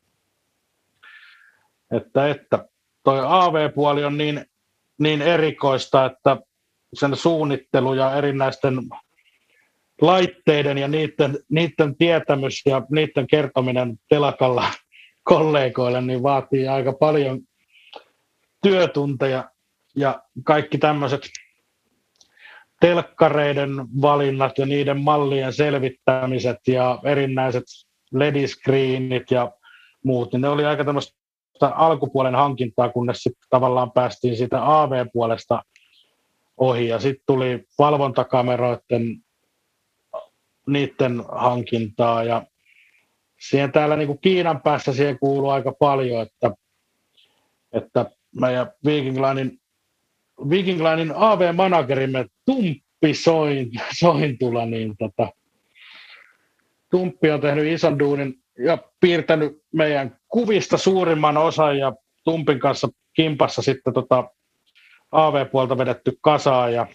että toi AV-puoli on niin erikoista, että sen suunnittelu ja erinäisten laitteiden ja niiden tietämys ja niiden kertominen telakalla kollegoille niin vaatii aika paljon työtunteja ja kaikki tämmöiset telkkareiden valinnat ja niiden mallien selvittämiset ja erinäiset LED-screenit ja muut, niin ne oli aika tämmöistä alkupuolen hankintaa, kunnes sitten tavallaan päästiin siitä AV-puolesta ohi ja sitten tuli valvontakameroiden niiden hankintaa ja siihen täällä niin kuin Kiinan päässä siihen kuuluu aika paljon, että meidän Viking Linein AV-managerimme Tumppi Sointula, niin Tumppi on tehnyt ison duunin ja piirtänyt meidän kuvista suurimman osan ja Tumpin kanssa kimpassa sitten AV-puolta vedetty kasaan ja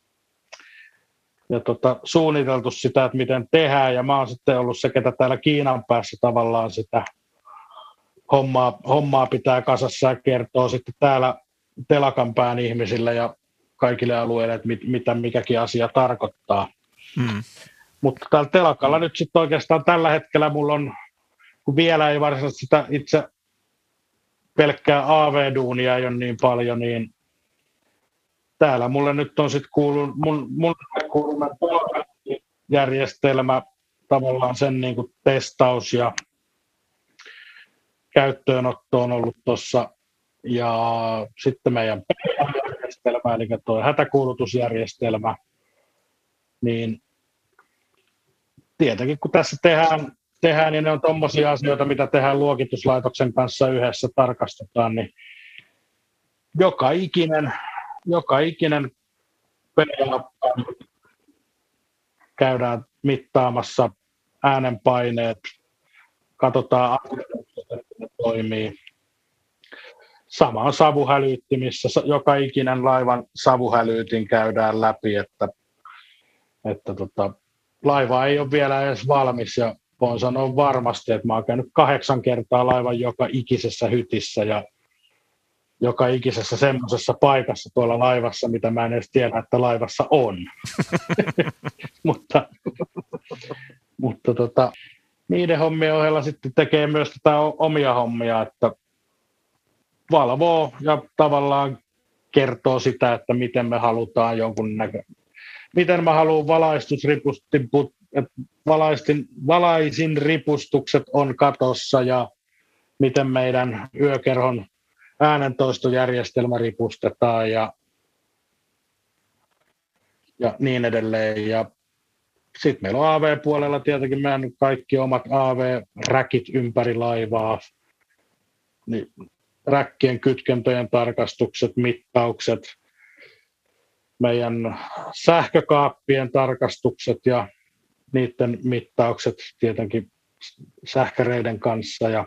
suunniteltu sitä, että miten tehdään ja mä oon sitten ollut se, ketä täällä Kiinan päässä tavallaan sitä hommaa pitää kasassa ja kertoo sitten täällä telakan pään ihmisille ja kaikille alueille, että mitä mikäkin asia tarkoittaa. Mutta täällä telakalla nyt sitten oikeastaan tällä hetkellä mulla on, kun vielä ei varsinaisesti sitä itse pelkkää AV-duunia ei ole niin paljon, niin täällä mulle nyt on sitten kuulunut järjestelmä, tavallaan sen niin kuin testaus ja käyttöönotto on ollut tuossa ja sitten meidän järjestelmä, eli tuo hätäkuulutusjärjestelmä, niin tietenkin kun tässä tehdään niin ne on tommosia asioita, mitä tehdään luokituslaitoksen kanssa yhdessä tarkastetaan, niin joka ikinen periaatteessa käydään mittaamassa äänenpaineet, katsotaan, että ne toimii. Sama on savuhälyttimissä, joka ikinen laivan savuhälytin käydään läpi, että laiva ei ole vielä edes valmis ja voin sanoa varmasti, että mä oon käynyt 8 kertaa laivan joka ikisessä hytissä ja joka ikisessä semmoisessa paikassa tuolla laivassa, mitä mä en edes tiedä, että laivassa on. mutta niiden hommien ohella sitten tekee myös tätä omia hommia, että valvoo ja tavallaan kertoo sitä, että miten me halutaan miten mä haluan valaisinripustukset on katossa ja miten meidän yökerhon äänentoistojärjestelmä ripustetaan ja niin edelleen. Ja sitten meillä on AV-puolella tietenkin meidän kaikki omat AV-räkit ympäri laivaa, niin räkkien kytkentöjen tarkastukset, mittaukset, meidän sähkökaappien tarkastukset ja niiden mittaukset tietenkin sähkäreiden kanssa ja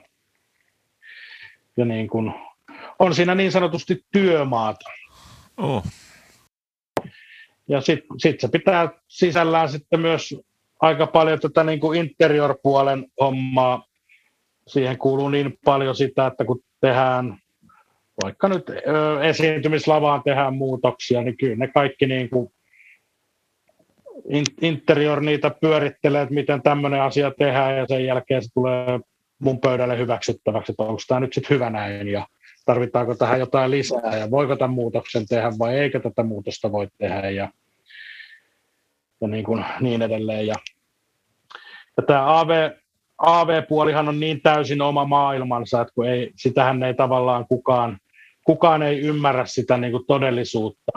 niin kuin on siinä niin sanotusti työmaata. Oh. Ja sit se pitää sisällään sitten myös aika paljon tätä niin kuin interior-puolen hommaa. Siihen kuuluu niin paljon sitä, että kun tehdään, vaikka nyt esiintymislavaan tehdään muutoksia, niin kyllä ne kaikki niin kuin interior niitä pyörittelee, että miten tämmöinen asia tehdään, ja sen jälkeen se tulee mun pöydälle hyväksyttäväksi, että onko tämä nyt sitten hyvä näin, ja tarvitaanko tähän jotain lisää, ja voiko tämän muutoksen tehdä, vai eikö tätä muutosta voi tehdä, ja niin edelleen. Ja tämä AV-puolihan on niin täysin oma maailmansa, että kun sitähän ei tavallaan kukaan ei ymmärrä sitä niin kuin todellisuutta,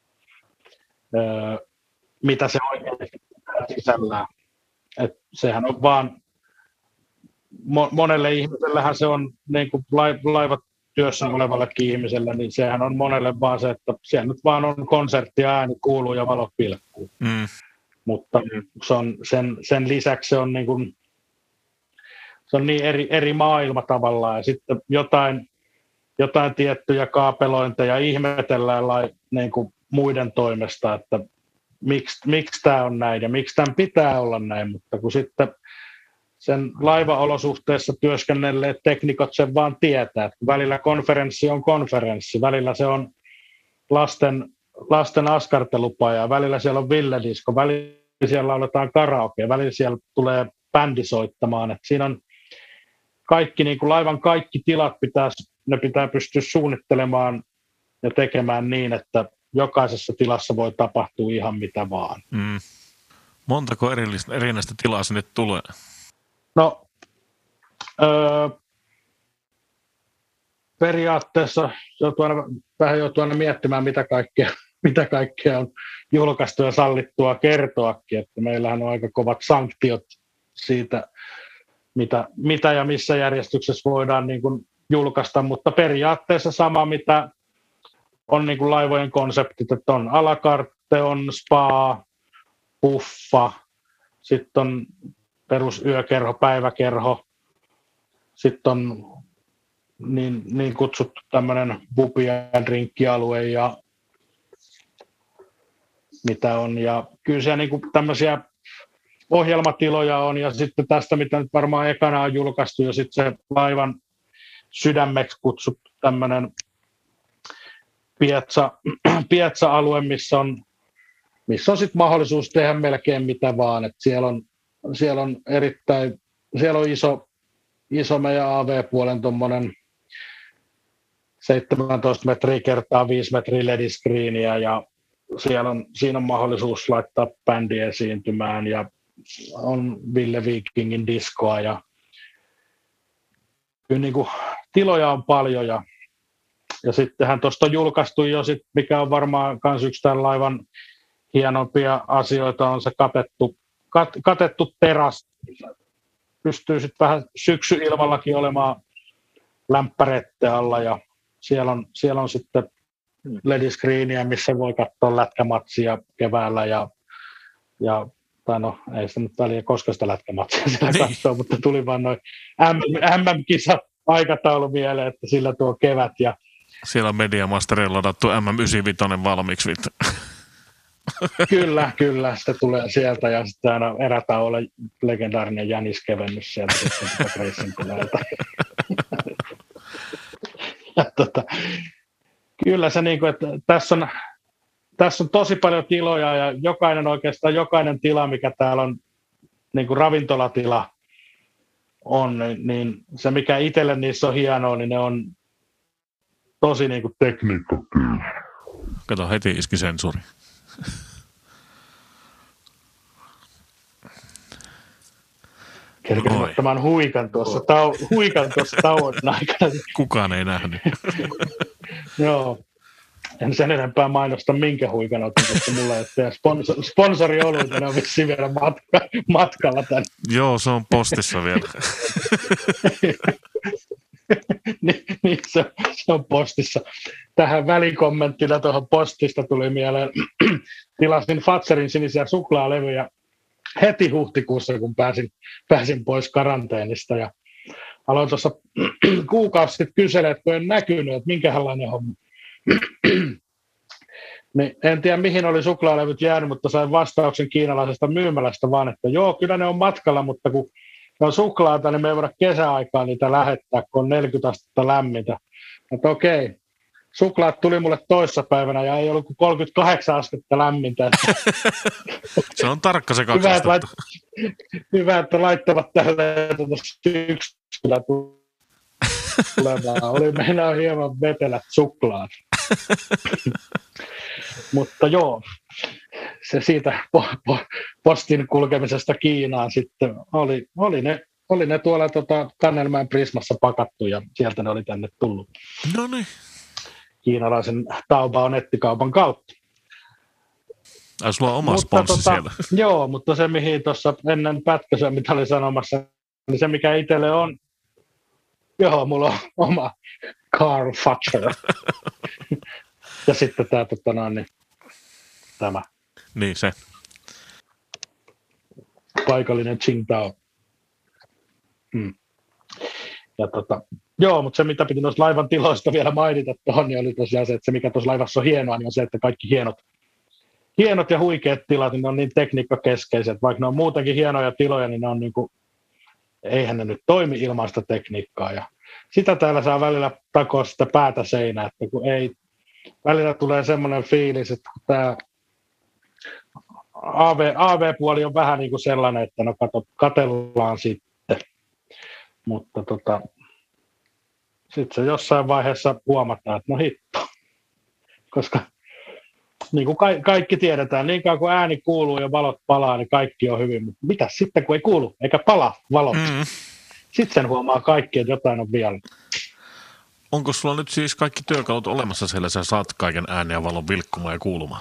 mitä se oikeasti sisällään. Et sehän on vaan, monelle ihmisellähän se on, niin kuin laivatyössä olevallekin ihmisellä, niin sehän on monelle vaan se, että siellä nyt vaan on konsertti ja ääni kuuluu ja valot pilkkuu. Mutta sen lisäksi se on niin kuin, se on niin eri maailma tavallaan, ja sitten jotain tiettyjä kaapelointeja ihmetellään niin kuin muiden toimesta, että miksi tämä on näin ja miksi tämän pitää olla näin, mutta kun sitten sen laivaolosuhteessa työskennelleet teknikot sen vaan tietää, että välillä konferenssi on konferenssi, välillä se on lasten askartelupaja, välillä siellä on villedisko, välillä siellä lauletaan karaoke, välillä siellä tulee bändi soittamaan, että siinä on kaikki, niin kuin laivan kaikki tilat pitää pystyä suunnittelemaan ja tekemään niin, että jokaisessa tilassa voi tapahtua ihan mitä vaan. Montako erinäistä tilaa sinne tulee? No, periaatteessa joutuu aina miettimään, mitä kaikkea on julkaistu ja sallittua kertoakin, että meillähän on aika kovat sanktiot siitä, mitä ja missä järjestyksessä voidaan niin kuin julkaista, mutta periaatteessa sama, mitä on niin kuin laivojen konseptit, että on à la carte, on spa, puffa, sitten on perusyökerho, päiväkerho, sitten on niin kutsuttu tämmöinen pubi- ja drinkkialue ja mitä on, ja kyllä siellä niin kuin tämmöisiä ohjelmatiloja on, ja sitten tästä, mitä nyt varmaan ekana on julkaistu, ja sitten se laivan sydämeksi kutsuttu tämmöinen piazza-alue, missä on sitten mahdollisuus tehdä melkein mitä vaan, että siellä on iso meidän AV-puolen tuommoinen 17 metriä kertaa 5 metriä LED-screeniä, ja siinä on mahdollisuus laittaa bändi esiintymään, ja on Ville Vikingin diskoa, ja kyllä niin kuin tiloja on paljon, ja sittenhän tuosta on julkaistu jo, mikä on varmaan myös yksi tämän laivan hienompia asioita, on se katettu teras. Pystyy sitten vähän syksyilmallakin olemaan lämpäreitten alla, ja siellä on sitten LED-screeniä, missä voi katsoa lätkämatsia keväällä, tai no, ei se nyt väliä koska sitä lätkämatsia siellä katsoo, mutta tuli vaan noin MM-kisa aikataulu mieleen, että sillä tuo kevät. Ja siellä on Mediamasterilla ladattu MM95 valmiiksi. Kyllä, se tulee sieltä, ja sitten aina erätauolla legendaarinen jäniskevennys sieltä Racing tuleelta. Kyllä se, niin kuin, että tässä on tosi paljon tiloja, ja jokainen tila, mikä täällä on niin kuin ravintolatila on, niin se mikä itselle niissä on hienoa, niin ne on tosi niin kuin tekniikkatyö. Kato, heti iski sensuuri. Kerkesin ottamaan huikan tuossa tauon aikana. Kukaan ei nähnyt. Joo. En sen enempää mainosta, minkä huikan otin, koska mulla ei ole sponsorioluita, ne on vissiin vielä matkalla tänne. Joo, se on postissa vielä. niin, se on postissa. Tähän välikommenttina tuohon postista tuli mieleen, tilasin Fatserin sinisiä suklaalevyjä heti huhtikuussa, kun pääsin pois karanteenista, ja aloin tuossa kuukausi sitten kyselemään, että kun en näkynyt, että minkälainen homma. Niin en tiedä, mihin oli suklaalevyt jäänyt, mutta sain vastauksen kiinalaisesta myymälästä vaan, että joo, kyllä ne on matkalla, mutta kun ne on suklaata, niin me ei voida kesäaikaan niitä lähettää, kun on 40 astetta lämmintä. Mutta okei, suklaat tuli mulle toissapäivänä ja ei ollut kuin 38 astetta lämmintä. Se on tarkka se 2 astetta. Hyvä, että laittavat tälleen syksyllä tulemaan. Oli meinaa hieman vetelät suklaat. Mutta joo, se siitä postin kulkemisesta Kiinaan sitten oli ne tuolla Kannelmäen Prismassa pakattu ja sieltä ne oli tänne tullut. No niin. Kiinalaisen Taobao nettikaupan kautta. Ai sulla on oma sponssi siellä. Joo, mutta se mihin tuossa ennen pätkäsyä, mitä olin sanomassa, niin se mikä itselle on, joo, mulla on oma Carl Fatcher. Ja sitten tämä. Niin se. Paikallinen Qingdao. Ja joo, mutta se mitä piti noista laivan tiloista vielä mainita tuohon, niin oli tosiaan se, että se mikä tuossa laivassa on hienoa, niin on se, että kaikki hienot ja huikeat tilat, niin ne on niin tekniikkakeskeiset. Vaikka ne on muutenkin hienoja tiloja, niin ne on niin kuin, eihän ne nyt toimi ilman sitä tekniikkaa. Ja sitä täällä saa välillä takoa sitä päätä seinää, että kun ei, välillä tulee semmoinen fiilis, että tämä AV-puoli on vähän niin kuin sellainen, että no katellaan sitten. Mutta sitten se jossain vaiheessa huomataan, että no hitto. Koska niin kuin kaikki tiedetään, niin kauan kuin ääni kuuluu ja valot palaa, niin kaikki on hyvin. Mutta mitäs sitten, kun ei kuulu eikä pala valot? Sitten sen huomaa kaikki, että jotain on vielä. Onko sulla nyt siis kaikki työkalut olemassa siellä, sä saat kaiken äänen ja valon vilkkumaan ja kuulumaan?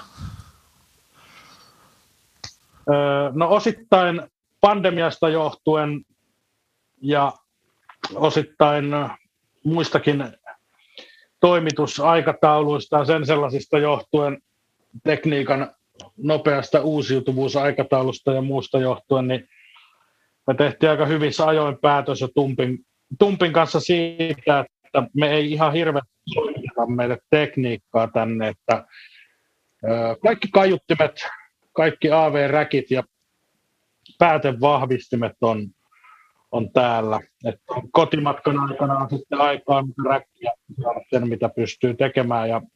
No osittain pandemiasta johtuen ja osittain muistakin toimitusaikatauluista ja sen sellaisista johtuen, tekniikan nopeasta uusiutuvuusaikataulusta ja muusta johtuen, niin me tehtiin aika hyvissä ajoin päätös jo Tumpin kanssa siitä, että me ei ihan hirveästi soiteta meille tekniikkaa tänne, että kaikki kaiuttimet, kaikki AV-räkit ja päätevahvistimet on täällä. Että kotimatkan aikana on sitten aikaa räkkiä sen, mitä pystyy tekemään ja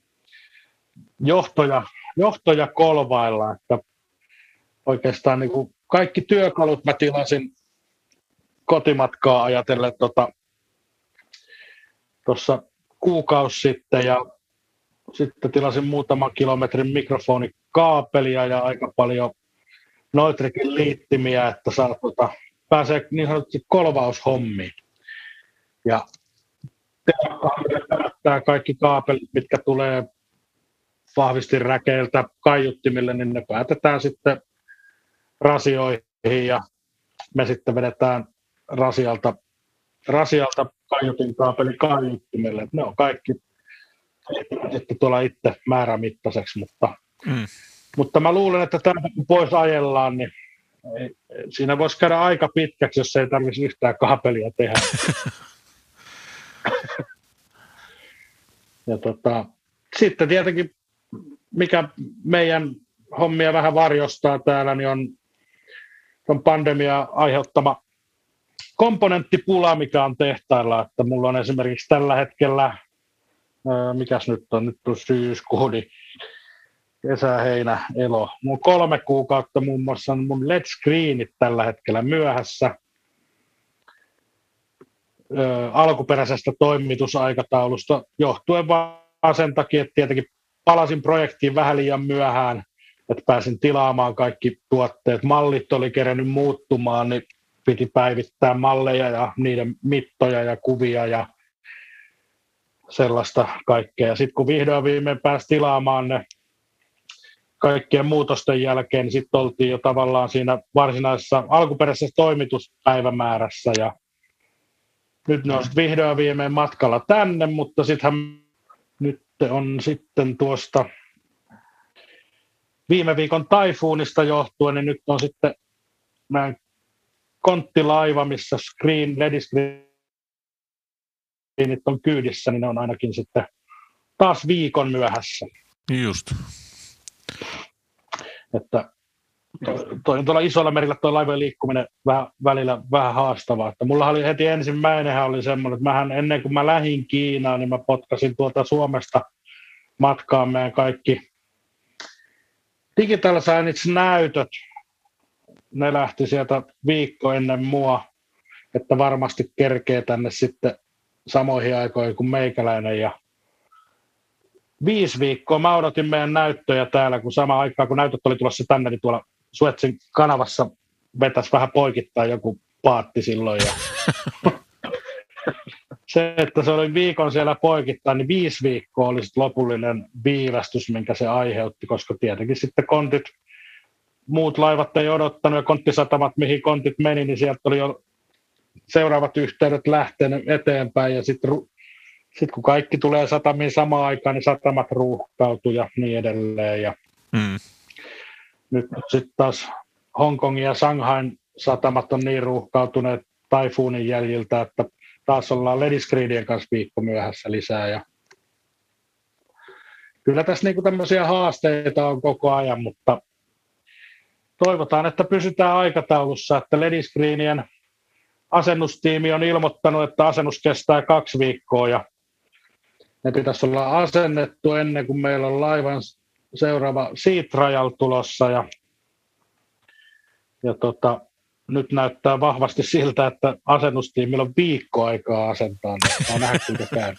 johtoja kolvailla, että oikeastaan niin kuin kaikki työkalut mä tilasin kotimatkaa ajatellen tuossa kuukausi sitten ja sitten tilasin muutaman kilometrin mikrofonikaapelia ja aika paljon Noitrikin liittimiä, että saa pääsee niin sanotusti kolvaushommiin. Ja tämä kaikki kaapelit, mitkä tulee vahvistinräkeiltä kaiuttimille, niin ne päätetään sitten rasioihin ja me sitten vedetään rasialta kaiutin kaapelin kaiuttimelle. Ne on kaikki sitten tuolla itse määrämittaiseksi, mutta mä luulen, että tämä kun pois ajellaan, niin siinä voisi käydä aika pitkäksi, jos ei tarvitsisi yhtään kaapelia tehdä. Ja sitten tietenkin, mikä meidän hommia vähän varjostaa täällä, niin on pandemia aiheuttama komponenttipula, mikä on tehtailla. Että mulla on esimerkiksi tällä hetkellä, mikäs nyt on syyskuu, niin kesä, heinä, elo. Mulla on 3 kuukautta muun muassa mun LED-screenit tällä hetkellä myöhässä alkuperäisestä toimitusaikataulusta johtuen vaan sen takia, että tietenkin palasin projektiin vähän liian myöhään, että pääsin tilaamaan kaikki tuotteet. Mallit oli kerennyt muuttumaan, niin piti päivittää malleja ja niiden mittoja ja kuvia ja sellaista kaikkea. Ja sitten kun vihdoin viimein pääsi tilaamaan ne kaikkien muutosten jälkeen, niin sitten oltiin jo tavallaan siinä varsinaisessa alkuperäisessä toimituspäivämäärässä. Ja nyt ne on vihdoin viimein matkalla tänne, mutta sittenhän nyt on sitten tuosta viime viikon taifuunista johtuen, niin nyt on sitten meidän konttilaiva, missä LED-screenit on kyydissä, niin ne on ainakin sitten taas viikon myöhässä. Just. Että tuolla isolla merillä tuo laivojen liikkuminen välillä vähän haastavaa. Että mulla oli heti ensimmäinenhän oli semmoinen, että mähän ennen kuin mä lähdin Kiinaan, niin mä potkasin tuolta Suomesta matkaan meidän kaikki Digital Signage-näytöt. Ne lähti sieltä viikko ennen mua, että varmasti kerkee tänne sitten samoihin aikoihin kuin meikäläinen. Ja 5 viikkoa mä odotin meidän näyttöjä täällä, kun samaan aikaan kun näytöt oli tulossa tänne, niin tuolla Suezin kanavassa vetäisi vähän poikittaa joku paatti silloin. Ja se, että se oli viikon siellä poikittaa, niin 5 viikkoa oli sitten lopullinen viivästys, minkä se aiheutti, koska tietenkin sitten kontit, muut laivat ei odottanut ja konttisatamat, mihin kontit meni, niin sieltä oli jo seuraavat yhteydet lähtenyt eteenpäin ja sitten kun kaikki tulee satamiin samaan aikaan, niin satamat ruuhkautuu ja niin edelleen. Ja nyt sitten taas Hongkongin ja Shanghain satamat on niin ruuhkautuneet taifuunin jäljiltä, että taas ollaan lediscreenien kanssa viikko myöhässä lisää. Ja kyllä tässä niinku tämmöisiä haasteita on koko ajan, mutta toivotaan, että pysytään aikataulussa, että lediscreenien asennustiimi on ilmoittanut, että asennus kestää 2 viikkoa ja ne pitäisi olla asennettu ennen kuin meillä on laivan seuraava Sea Trial tulossa ja nyt näyttää vahvasti siltä, että asennustiimillä on viikko aikaa asentaa. Mä nähdä, kuinka käy.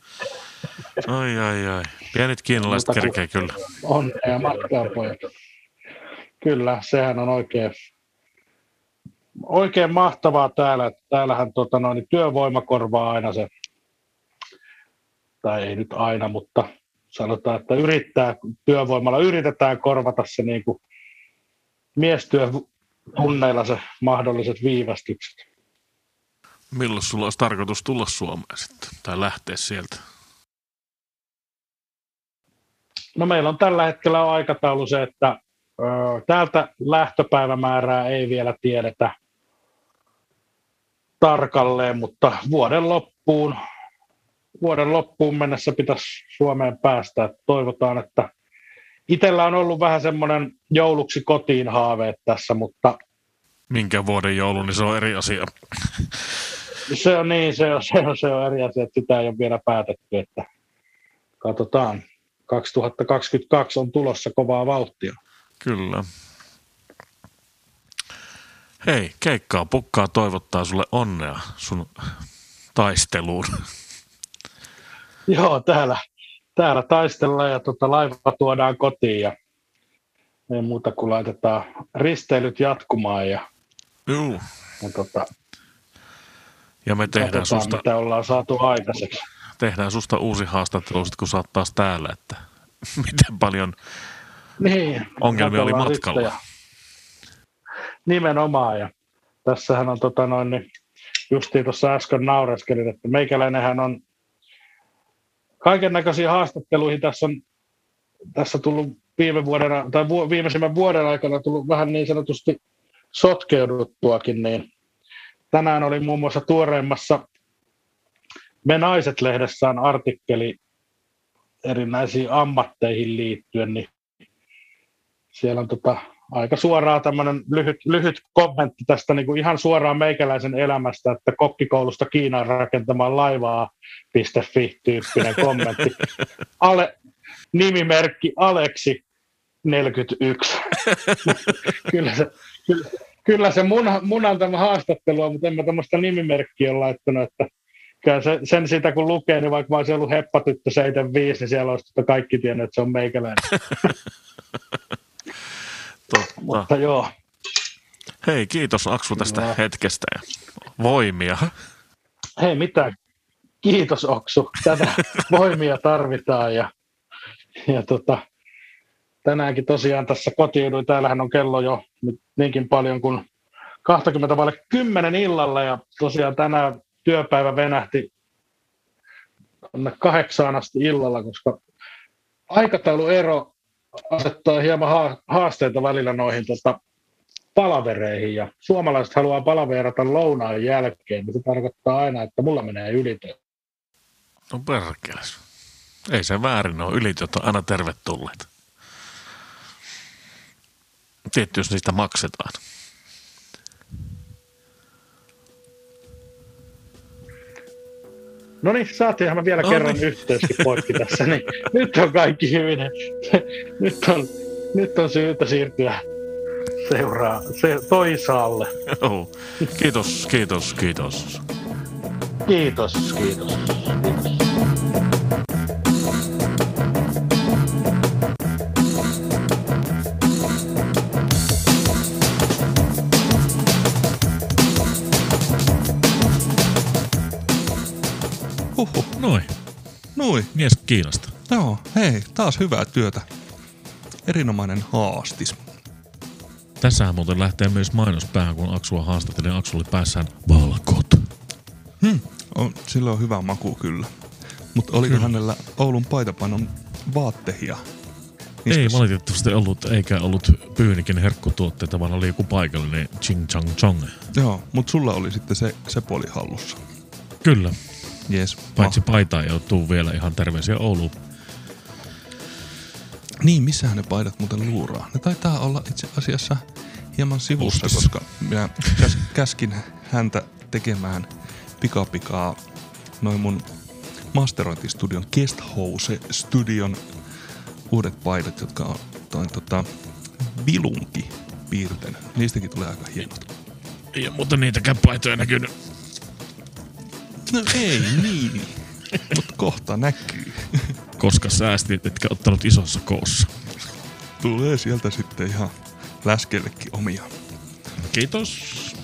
Ai. Pienet kiinalaiset kerkee kyllä. Onnea matkaan, pojat. Kyllä, sehän on oikein mahtavaa täällä. Täällähän työvoima korvaa aina se, tai ei nyt aina, mutta sanotaan, että työvoimalla yritetään korvata se niin kuin miestyötunneilla se mahdolliset viivästykset. Milloin sulla olisi tarkoitus tulla Suomeen sitten, tai lähteä sieltä? No meillä on tällä hetkellä aikataulu se, että täältä lähtöpäivämäärää ei vielä tiedetä tarkalleen, mutta vuoden loppuun mennessä pitäisi Suomeen päästä. Toivotaan, että itsellä on ollut vähän semmoinen jouluksi kotiin haaveet tässä, mutta minkä vuoden joulu, niin se on eri asia. Se on eri asia, että sitä ei ole vielä päätetty, että katsotaan. 2022 on tulossa kovaa vauhtia. Kyllä. Hei, Keikkaa Pukkaa toivottaa sulle onnea sun taisteluun. Joo, täällä taistellaan ja laiva tuodaan kotiin ja ei muuta kuin laitetaan risteilyt jatkumaan ja ja me tehdään susta, mitä ollaan saatu aikaiseksi. Tehdään susta uusi haastattelu, kun sä oot taas täällä, että miten paljon ongelmia oli matkalla. Nimenomaan, ja tässähän on justiin tuossa äsken naureskelin, että meikäläinenhän on kaiken näköisiä haastatteluihin tässä tullut viimeisimmän vuoden aikana tullut vähän niin sanotusti sotkeuduttuakin, niin tänään oli muun muassa tuoreimmassa Me Naiset-lehdessään artikkeli erinäisiin ammatteihin liittyen, niin siellä on aika suoraan tämmöinen lyhyt kommentti tästä niin kuin ihan suoraan meikäläisen elämästä, että kokkikoulusta Kiinaan rakentamaan laivaa.fi-tyyppinen kommentti. Nimimerkki Aleksi 41. Kyllä se mun antama haastattelua, mutta en mä tämmöistä nimimerkkiä ole laittanut, että sen siitä kun lukee, niin vaikka mä olisin ollut heppatyttö 75, niin siellä olisi kaikki tiennyt, että se on meikäläinen. Mutta joo. Hei, kiitos Aksu tästä hetkestä ja voimia. Hei, mitä? Kiitos Oksu. Tätä voimia tarvitaan ja tänäänkin tosiaan tässä kotiuduin. Täällähän on kello jo nyt niinkin paljon kuin 20:10 illalla ja tosiaan tänään työpäivä venähti 8 asti illalla, koska aikatauluero asettaa hieman haasteita välillä noihin palavereihin ja suomalaiset haluaa palaverata lounaan jälkeen, niin se tarkoittaa aina, että mulla menee ylityö. No perkeles. Ei se väärin ole. Ylityöt on aina tervetulleet. Tietty, jos niistä maksetaan. No niin, saatiinhan mä vielä kerran yhteyskin poikki tässä, niin nyt on kaikki hyvin. Nyt on syytä siirtyä toisaalle. Joo. Kiitos. Kiitos. Noin. Mies Kiinasta. Joo, hei, taas hyvää työtä. Erinomainen haastis. Tässähän muuten lähtee myös mainos päähän, kun Aksua haastattelin. Aksu oli päässään valkot. Sillä on hyvä maku kyllä. Mutta oliko hänellä Oulun paitapanon vaattehia? Ei valitettavasti ollut, eikä ollut Pyynikin herkkutuotteita, vaan oli joku paikallinen ching chang chong. Joo, mutta sulla oli sitten se puoli hallussa. Kyllä. Yes. Paitsi paitaa joutuu vielä ihan terveisiä Ouluun. Niin, missähän ne paidat muuten luuraa? Ne taitaa olla itse asiassa hieman sivussa, koska minä käskin häntä tekemään pikapikaa noin mun masterointistudion Guesthouse-studion uudet paidat, jotka on Vilunki piirtänyt. Niistäkin tulee aika hienot. Ei ole muuta niitäkään paitoja näkynyt. No ei niin, mutta kohta näkyy. Koska säästit, etkä ottanut isossa koossa. Tulee sieltä sitten ihan läskellekin omia. Kiitos.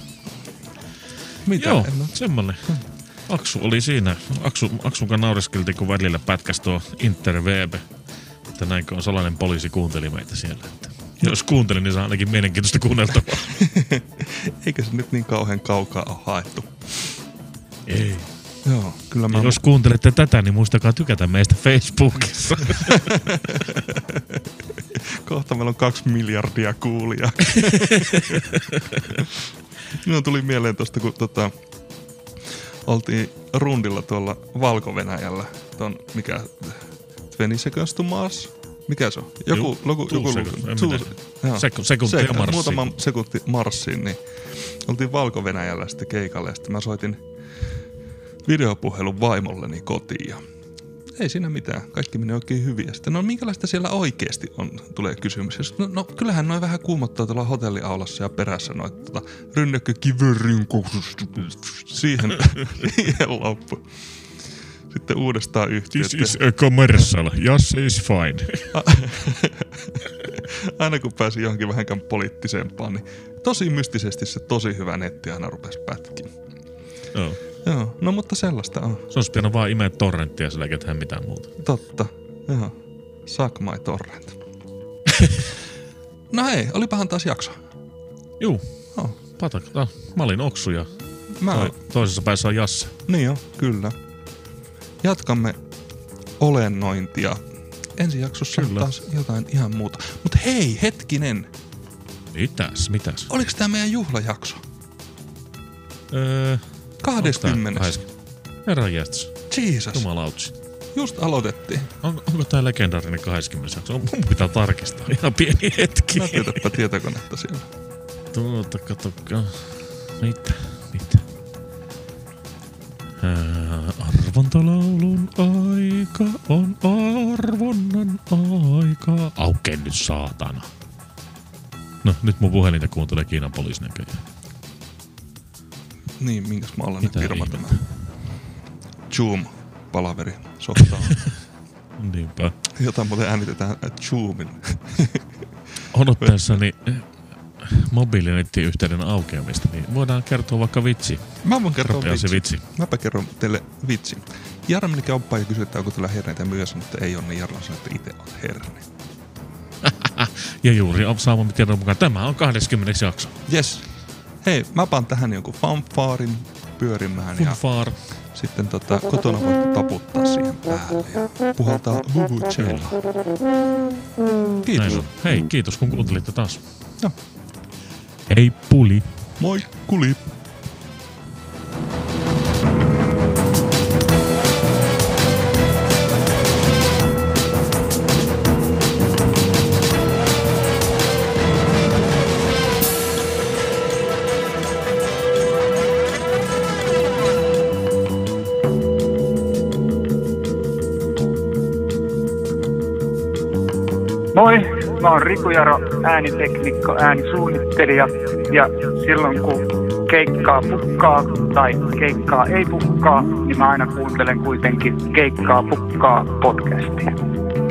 Mitä? Joo, semmonen. Aksu oli siinä. Aksunkaan naureskeltiin, kun välillä pätkäsi tuo interwebe. Että näinkö on salainen poliisi kuunteli meitä siellä. Että jos kuuntelin, niin saa ainakin mielenkiintoista kuunneltavaa. Eikä se nyt niin kauhean kaukaa ole haettu. Ei. Joo, kyllä mä... Jos kuuntelette tätä, niin muistakaa tykätä meistä Facebookissa. Kohta meillä on 2 miljardia kuulijaa. Minun tuli mieleen tosta, kun oltiin rundilla tuolla Valko-Venäjällä. Mikä 20 Seconds to Mars? Mikä se on? Joku sekuntia marssiin. Muutama sekunti marssiin, niin oltiin Valko-Venäjällä sitten keikalle. Sitten mä soitin videopuhelun vaimolleni kotiin ja ei siinä mitään. Kaikki menee oikein hyvin. Ja sitten, no minkälaista siellä oikeasti on, tulee kysymys. No kyllähän noin vähän kuumottaa tuolla hotelliaulassa ja perässä noin rynnäkkökiverin siihen loppu. Sitten uudestaan yhtiö. This is a commercial. Yes, is fine. Aina kun pääsi johonkin vähänkään poliittisempaan, niin tosi mystisesti se tosi hyvä netti aina rupesi pätkiin. Joo. Joo, no mutta sellaista on. Se olisi pitänyt vaan imeä torrenttia, sillä eikä tehdä mitään muuta. Totta, joo. Suck my torrent. No hei, olipahan taas jakso. Juu, patakata. Mä olin Oksu ja toisessa päässä on Jasse. Niin jo, kyllä. Jatkamme olennointia. Ensi jaksossa on taas jotain ihan muuta. Mutta hei, hetkinen. Mitäs? Oliko tää meidän juhlajakso? 20. Herran jästäs. Jesus. Jumalautsi. Just aloitettiin. Onko tää legendaarinen 20 jakso? Mun pitää tarkistaa. Ihan pieni hetki. Näytetäpä tietokonetta siellä. Katsokaa. Mitä? Arvontalaulun aika on arvonnan aika. Auke nyt saatana. No, nyt mun puhelinta kuuntelee Kiinan poliisi näköjään. Niin, minkäs mä ollaan nyt firma tämä? Zoom-palaveri softaa. Niinpä. Jota muuten äänitetään Zoomin. Odottaessani mobiilinettiyhteyden aukeamista, niin voidaan kertoa vaikka vitsi. Mä voin kertoa vitsi. Mäpä kerron teille vitsi. Jarno meni kauppaan ja kysyi, että onko teillä herneitä myös, mutta ei ole, niin Jarno sanoi, että itse on herne. Ja juuri saamamme tiedon mukaan tämä on 20. jakso. Yes. Hei, mä paan tähän jonkun fanfaarin pyörimään. Fanfar. Ja sitten kotona voitte taputtaa siihen päälle ja puhaltaa vuvuzelaa. Kiitos. Hei, kiitos kun kuuntelitte taas. No. Hei puli. Moi kuli. Moi, mä oon Riku Jaro, ääniteknikko, äänisuunnittelija ja silloin kun keikkaa pukkaa tai keikkaa ei pukkaa, niin mä aina kuuntelen kuitenkin Keikkaa pukkaa podcastia.